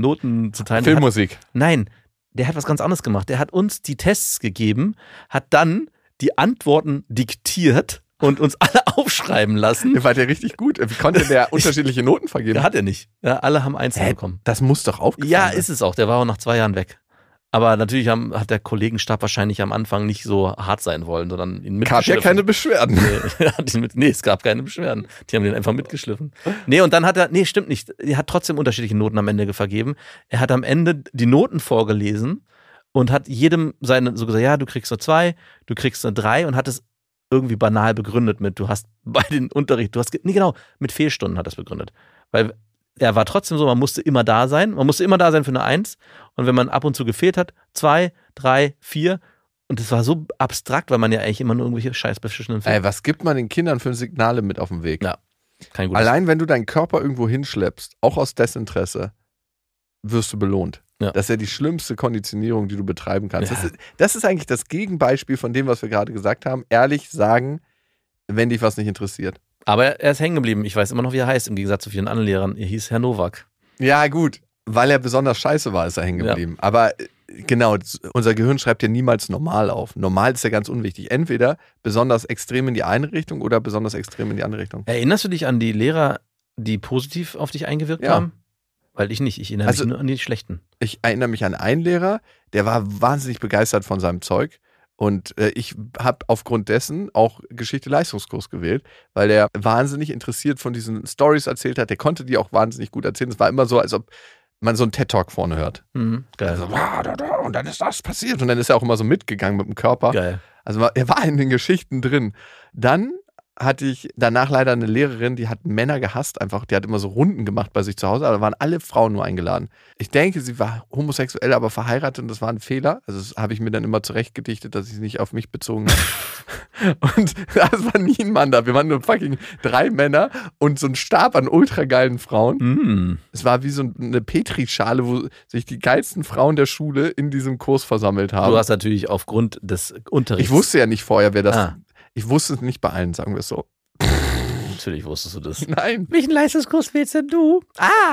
zu teilen. Filmmusik. Nein, der hat was ganz anderes gemacht. Der hat uns die Tests gegeben, hat dann die Antworten diktiert und uns alle aufschreiben lassen. Der war der richtig gut. Wie konnte der unterschiedliche Noten vergeben? Hat er nicht. Ja, alle haben 1 bekommen. Das muss doch aufgefallen sein. Ja, ist es auch. Der war auch nach 2 Jahren weg. Aber natürlich hat der Kollegenstab wahrscheinlich am Anfang nicht so hart sein wollen, sondern ihn mitgeschliffen. Gab ja keine Beschwerden. Nee, es gab keine Beschwerden. Die haben den einfach mitgeschliffen. Nee, und dann stimmt nicht. Er hat trotzdem unterschiedliche Noten am Ende vergeben. Er hat am Ende die Noten vorgelesen und hat jedem so gesagt, ja, du kriegst nur 2, du kriegst nur 3 und hat es irgendwie banal begründet mit, du hast bei den Unterricht, mit Fehlstunden hat er es begründet. Weil er war trotzdem so, man musste immer da sein. Man musste immer da sein für eine 1. Und wenn man ab und zu gefehlt hat, 2, 3, 4. Und das war so abstrakt, weil man ja eigentlich immer nur irgendwelche scheiß beschissenen Filme. Ey, was gibt man den Kindern für Signale mit auf dem Weg? Ja, kein gutes. Allein wenn du deinen Körper irgendwo hinschleppst, auch aus Desinteresse, wirst du belohnt. Ja. Das ist ja die schlimmste Konditionierung, die du betreiben kannst. Ja. Das ist eigentlich das Gegenbeispiel von dem, was wir gerade gesagt haben. Ehrlich sagen, wenn dich was nicht interessiert. Aber er ist hängen geblieben. Ich weiß immer noch, wie er heißt, im Gegensatz zu vielen anderen Lehrern. Er hieß Herr Nowak. Ja, gut. Weil er besonders scheiße war, ist er hängen geblieben. Ja. Aber genau, unser Gehirn schreibt ja niemals normal auf. Normal ist ja ganz unwichtig. Entweder besonders extrem in die eine Richtung oder besonders extrem in die andere Richtung. Erinnerst du dich an die Lehrer, die positiv auf dich eingewirkt haben? Weil ich nicht. Ich erinnere mich nur an die schlechten. Ich erinnere mich an einen Lehrer, der war wahnsinnig begeistert von seinem Zeug. Und ich habe aufgrund dessen auch Geschichte-Leistungskurs gewählt, weil der wahnsinnig interessiert von diesen Stories erzählt hat. Der konnte die auch wahnsinnig gut erzählen. Es war immer so, als ob man so einen TED-Talk vorne hört. Geil. Also, und dann ist das passiert. Und dann ist er auch immer so mitgegangen mit dem Körper. Geil. Also er war in den Geschichten drin. Dann hatte ich danach leider eine Lehrerin, die hat Männer gehasst einfach. Die hat immer so Runden gemacht bei sich zu Hause, aber da waren alle Frauen nur eingeladen. Ich denke, sie war homosexuell, aber verheiratet und das war ein Fehler. Also das habe ich mir dann immer zurechtgedichtet, dass ich sie nicht auf mich bezogen habe. Und es war nie ein Mann da. Wir waren nur fucking 3 Männer und so ein Stab an ultrageilen Frauen. Es war wie so eine Petrischale, wo sich die geilsten Frauen der Schule in diesem Kurs versammelt haben. Du hast natürlich aufgrund des Unterrichts... Ich wusste ja nicht vorher, wer das... Ich wusste es nicht bei allen, sagen wir es so. Natürlich wusstest du das. Nein. Welchen Leistungskurs willst denn du?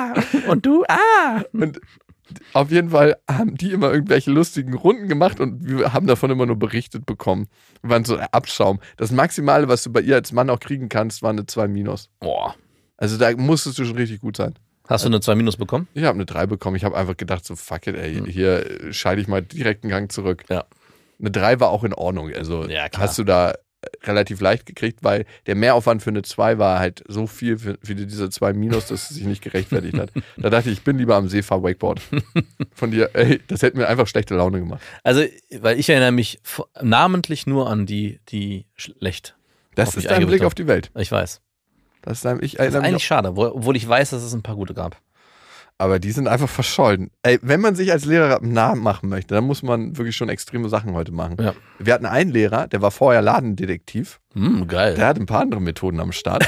Und du? Und auf jeden Fall haben die immer irgendwelche lustigen Runden gemacht und wir haben davon immer nur berichtet bekommen. Wir waren so Abschaum. Das Maximale, was du bei ihr als Mann auch kriegen kannst, war eine 2-. Boah. Also da musstest du schon richtig gut sein. Hast du eine 2- bekommen? Ich habe eine 3 bekommen. Ich habe einfach gedacht, so fuck it, ey, hier scheide ich mal direkt einen Gang zurück. Ja. Eine 3 war auch in Ordnung. Also ja, klar. hast du da relativ leicht gekriegt, weil der Mehraufwand für eine 2 war halt so viel für diese 2 Minus, dass es sich nicht gerechtfertigt hat. Da dachte ich bin lieber am See, fahr Wakeboard. Von dir, ey, das hätte mir einfach schlechte Laune gemacht. Also, weil ich erinnere mich namentlich nur an die schlecht. Das ist dein Blick auf die Welt. Ich weiß. Das ist eigentlich schade, obwohl ich weiß, dass es ein paar gute gab. Aber die sind einfach verschollen. Ey, wenn man sich als Lehrer einen Namen machen möchte, dann muss man wirklich schon extreme Sachen heute machen. Ja. Wir hatten einen Lehrer, der war vorher Ladendetektiv. Geil. Der hat ein paar andere Methoden am Start.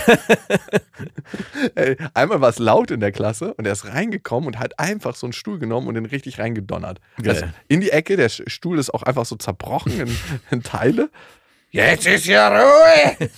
Ey, einmal war es laut in der Klasse und er ist reingekommen und hat einfach so einen Stuhl genommen und den richtig reingedonnert. Geil. Also in die Ecke, der Stuhl ist auch einfach so zerbrochen in Teile. Jetzt ist ja Ruhe!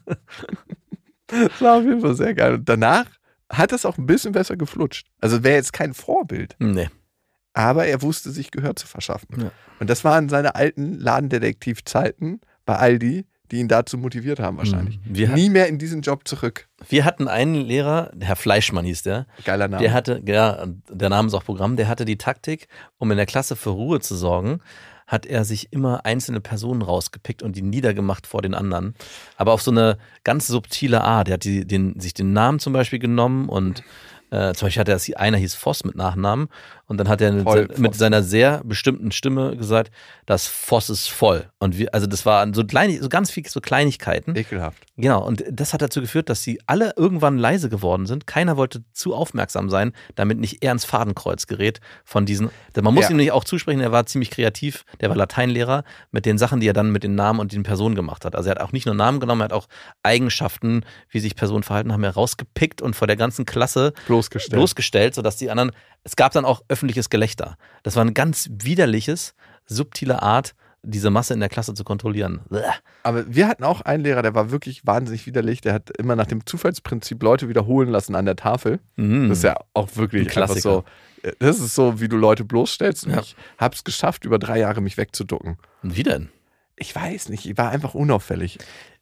Das war auf jeden Fall sehr geil. Und danach hat es auch ein bisschen besser geflutscht. Also wäre jetzt kein Vorbild. Nee. Aber er wusste, sich Gehör zu verschaffen. Ja. Und das waren seine alten Ladendetektivzeiten bei Aldi, die ihn dazu motiviert haben wahrscheinlich. Nie mehr in diesen Job zurück. Wir hatten einen Lehrer, Herr Fleischmann hieß der. Geiler Name. Der hatte, ja, der Name ist auch Programm, der hatte die Taktik, um in der Klasse für Ruhe zu sorgen, hat er sich immer einzelne Personen rausgepickt und die niedergemacht vor den anderen. Aber auf so eine ganz subtile Art. Er hat sich den Namen zum Beispiel genommen und zum Beispiel einer hieß Voss mit Nachnamen und dann hat er mit seiner sehr bestimmten Stimme gesagt, das Voss ist voll. Und das waren so ganz viele so Kleinigkeiten. Ekelhaft. Genau, und das hat dazu geführt, dass sie alle irgendwann leise geworden sind. Keiner wollte zu aufmerksam sein, damit nicht er ins Fadenkreuz gerät von diesen. Man muss ihm nicht auch zusprechen, er war ziemlich kreativ, der war Lateinlehrer mit den Sachen, die er dann mit den Namen und den Personen gemacht hat. Also er hat auch nicht nur Namen genommen, er hat auch Eigenschaften, wie sich Personen verhalten haben, herausgepickt und vor der ganzen Klasse bloßgestellt, sodass die anderen, es gab dann auch öffentliches Gelächter. Das war eine ganz widerliches, subtile Art, diese Masse in der Klasse zu kontrollieren. Aber wir hatten auch einen Lehrer, der war wirklich wahnsinnig widerlich. Der hat immer nach dem Zufallsprinzip Leute wiederholen lassen an der Tafel. Das ist ja auch wirklich einfach so. Das ist so, wie du Leute bloßstellst. Und ich habe es geschafft, über 3 Jahre mich wegzuducken. Und wie denn? Ich weiß nicht, ich war einfach unauffällig.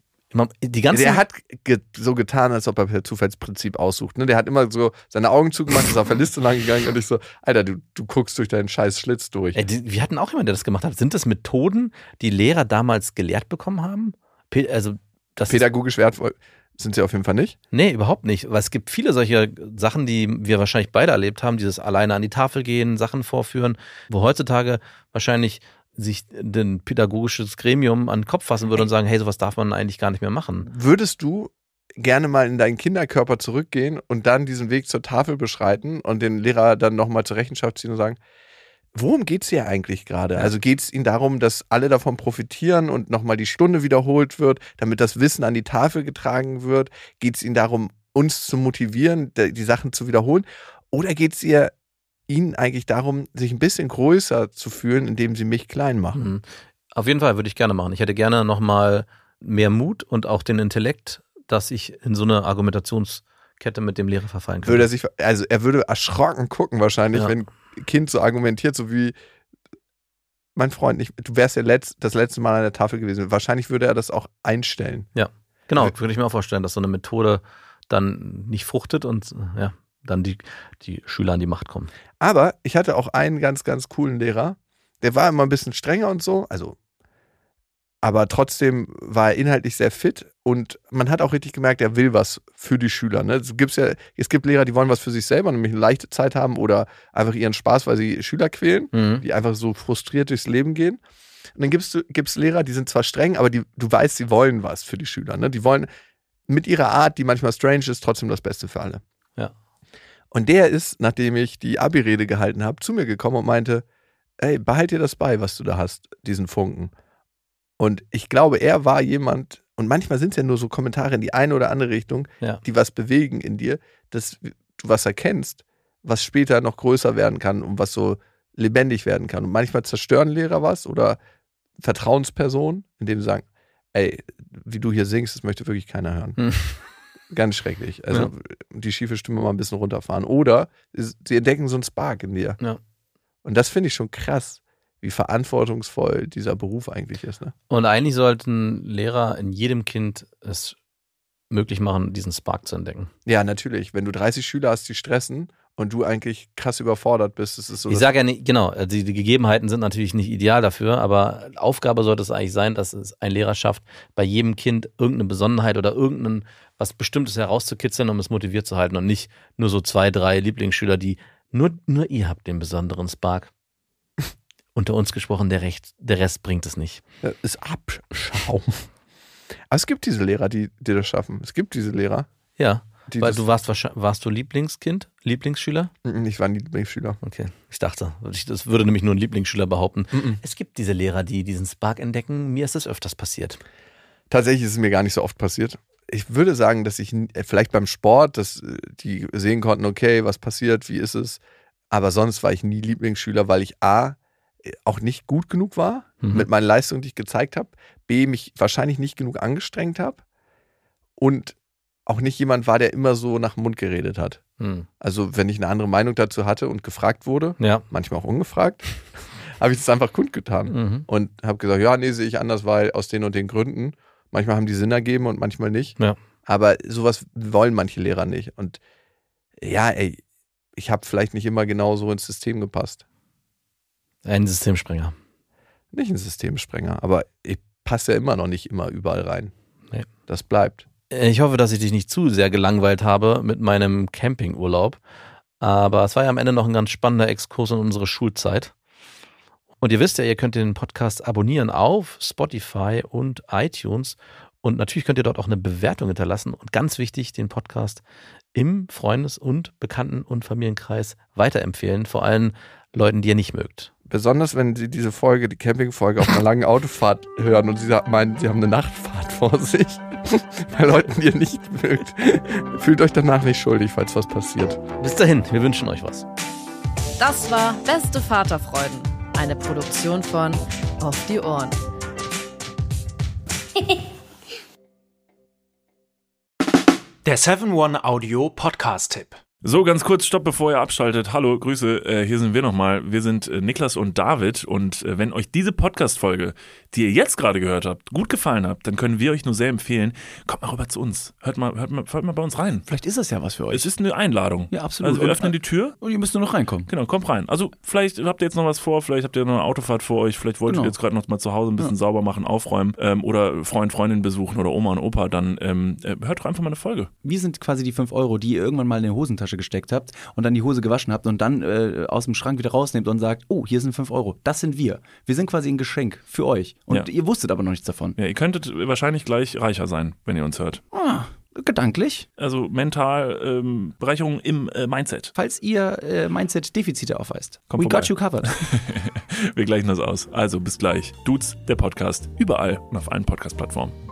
Der hat so getan, als ob er per Zufallsprinzip aussucht. Ne? Der hat immer so seine Augen zugemacht, ist auf der Liste lang gegangen und ich so, Alter, du guckst durch deinen scheiß Schlitz durch. Wir hatten auch jemanden, der das gemacht hat. Sind das Methoden, die Lehrer damals gelehrt bekommen haben? Pädagogisch wertvoll sind sie auf jeden Fall nicht? Nee, überhaupt nicht. Weil es gibt viele solche Sachen, die wir wahrscheinlich beide erlebt haben, dieses alleine an die Tafel gehen, Sachen vorführen, wo heutzutage wahrscheinlich sich ein pädagogisches Gremium an den Kopf fassen würde und sagen, hey, sowas darf man eigentlich gar nicht mehr machen. Würdest du gerne mal in deinen Kinderkörper zurückgehen und dann diesen Weg zur Tafel beschreiten und den Lehrer dann nochmal zur Rechenschaft ziehen und sagen, worum geht es hier eigentlich gerade? Also geht es Ihnen darum, dass alle davon profitieren und nochmal die Stunde wiederholt wird, damit das Wissen an die Tafel getragen wird? Geht es Ihnen darum, uns zu motivieren, die Sachen zu wiederholen? Oder geht es Ihnen eigentlich darum, sich ein bisschen größer zu fühlen, indem Sie mich klein machen? Auf jeden Fall würde ich gerne machen. Ich hätte gerne nochmal mehr Mut und auch den Intellekt, dass ich in so eine Argumentationskette mit dem Lehrer verfallen könnte. Er würde erschrocken gucken wahrscheinlich, wenn ein Kind so argumentiert, so wie mein Freund, du wärst ja das letzte Mal an der Tafel gewesen. Wahrscheinlich würde er das auch einstellen. Ja, genau. Würde ich mir auch vorstellen, dass so eine Methode dann nicht fruchtet und dann die Schüler an die Macht kommen. Aber ich hatte auch einen ganz, ganz coolen Lehrer. Der war immer ein bisschen strenger und so, aber trotzdem war er inhaltlich sehr fit und man hat auch richtig gemerkt, er will was für die Schüler. Ne? Es gibt Lehrer, die wollen was für sich selber, nämlich eine leichte Zeit haben oder einfach ihren Spaß, weil sie Schüler quälen, die einfach so frustriert durchs Leben gehen. Und dann gibt's Lehrer, die sind zwar streng, aber du weißt, sie wollen was für die Schüler. Ne? Die wollen mit ihrer Art, die manchmal strange ist, trotzdem das Beste für alle. Ja. Und der ist, nachdem ich die Abi-Rede gehalten habe, zu mir gekommen und meinte, ey, behalt dir das bei, was du da hast, diesen Funken. Und ich glaube, er war jemand, und manchmal sind es ja nur so Kommentare in die eine oder andere Richtung, die was bewegen in dir, dass du was erkennst, was später noch größer werden kann und was so lebendig werden kann. Und manchmal zerstören Lehrer was oder Vertrauenspersonen, indem sie sagen, ey, wie du hier singst, das möchte wirklich keiner hören. Ganz schrecklich. Also die schiefe Stimme mal ein bisschen runterfahren. Oder sie entdecken so einen Spark in dir. Ja. Und das finde ich schon krass, wie verantwortungsvoll dieser Beruf eigentlich ist. Ne? Und eigentlich sollten Lehrer in jedem Kind es möglich machen, diesen Spark zu entdecken. Ja, natürlich. Wenn du 30 Schüler hast, die stressen und du eigentlich krass überfordert bist. Das ist so, ich sage ja nicht, genau, die Gegebenheiten sind natürlich nicht ideal dafür, aber Aufgabe sollte es eigentlich sein, dass es ein Lehrer schafft, bei jedem Kind irgendeine Besonderheit oder irgendein was Bestimmtes herauszukitzeln, um es motiviert zu halten und nicht nur so 2, 3 Lieblingsschüler, die nur ihr habt den besonderen Spark. Unter uns gesprochen, der Rest bringt es nicht. Das ist Abschaum. Aber es gibt diese Lehrer, die das schaffen. Es gibt diese Lehrer. Ja, weil du warst du Lieblingskind, Lieblingsschüler? Ich war ein Lieblingsschüler. Okay, ich dachte, das würde nämlich nur ein Lieblingsschüler behaupten. Es gibt diese Lehrer, die diesen Spark entdecken. Mir ist das öfters passiert. Tatsächlich ist es mir gar nicht so oft passiert. Ich würde sagen, dass ich vielleicht beim Sport, dass die sehen konnten, okay, was passiert, wie ist es. Aber sonst war ich nie Lieblingsschüler, weil ich auch nicht gut genug war mit meinen Leistungen, die ich gezeigt habe. B, mich wahrscheinlich nicht genug angestrengt habe. Und auch nicht jemand war, der immer so nach dem Mund geredet hat. Also wenn ich eine andere Meinung dazu hatte und gefragt wurde, manchmal auch ungefragt, habe ich das einfach kundgetan. Und habe gesagt, ja, nee, sehe ich anders, weil aus den und den Gründen. Manchmal haben die Sinn ergeben und manchmal nicht. Ja. Aber sowas wollen manche Lehrer nicht. Und ja, ich habe vielleicht nicht immer genau so ins System gepasst. Ein Systemsprenger. Nicht ein Systemsprenger, aber ich passe ja immer noch nicht immer überall rein. Nee. Das bleibt. Ich hoffe, dass ich dich nicht zu sehr gelangweilt habe mit meinem Campingurlaub. Aber es war ja am Ende noch ein ganz spannender Exkurs in unsere Schulzeit. Und ihr wisst ja, ihr könnt den Podcast abonnieren auf Spotify und iTunes. Und natürlich könnt ihr dort auch eine Bewertung hinterlassen. Und ganz wichtig, den Podcast im Freundes- und Bekannten- und Familienkreis weiterempfehlen. Vor allem Leuten, die ihr nicht mögt. Besonders, wenn Sie diese Folge, die Campingfolge, auf einer langen Autofahrt hören und Sie meinen, Sie haben eine Nachtfahrt vor sich. Bei Leuten, die ihr nicht mögt. Fühlt euch danach nicht schuldig, falls was passiert. Bis dahin, wir wünschen euch was. Das war Beste Vaterfreuden. Eine Produktion von Auf die Ohren. Der 7-One-Audio-Podcast-Tipp. So, ganz kurz, stopp, bevor ihr abschaltet. Hallo, Grüße, hier sind wir nochmal. Wir sind Niklas und David und wenn euch diese Podcast-Folge, die ihr jetzt gerade gehört habt, gut gefallen hat, dann können wir euch nur sehr empfehlen, kommt mal rüber zu uns. Hört mal bei uns rein. Vielleicht ist das ja was für euch. Es ist eine Einladung. Ja, absolut. Also wir öffnen die Tür. Und ihr müsst nur noch reinkommen. Genau, kommt rein. Also vielleicht habt ihr jetzt noch was vor, vielleicht habt ihr noch eine Autofahrt vor euch, vielleicht wollt ihr jetzt gerade noch mal zu Hause ein bisschen sauber machen, aufräumen oder Freundin besuchen oder Oma und Opa, dann hört doch einfach mal eine Folge. Wir sind quasi die 5 Euro, die ihr irgendwann mal in die Hosentasche gesteckt habt und dann die Hose gewaschen habt und dann aus dem Schrank wieder rausnehmt und sagt, oh, hier sind 5 Euro. Das sind wir. Wir sind quasi ein Geschenk für euch. Und ihr wusstet aber noch nichts davon. Ja, ihr könntet wahrscheinlich gleich reicher sein, wenn ihr uns hört. Gedanklich. Also mental, Bereicherung im Mindset. Falls ihr Mindset-Defizite aufweist. Kommt vorbei. Got you covered. Wir gleichen das aus. Also bis gleich. Dudes, der Podcast. Überall und auf allen Podcast-Plattformen.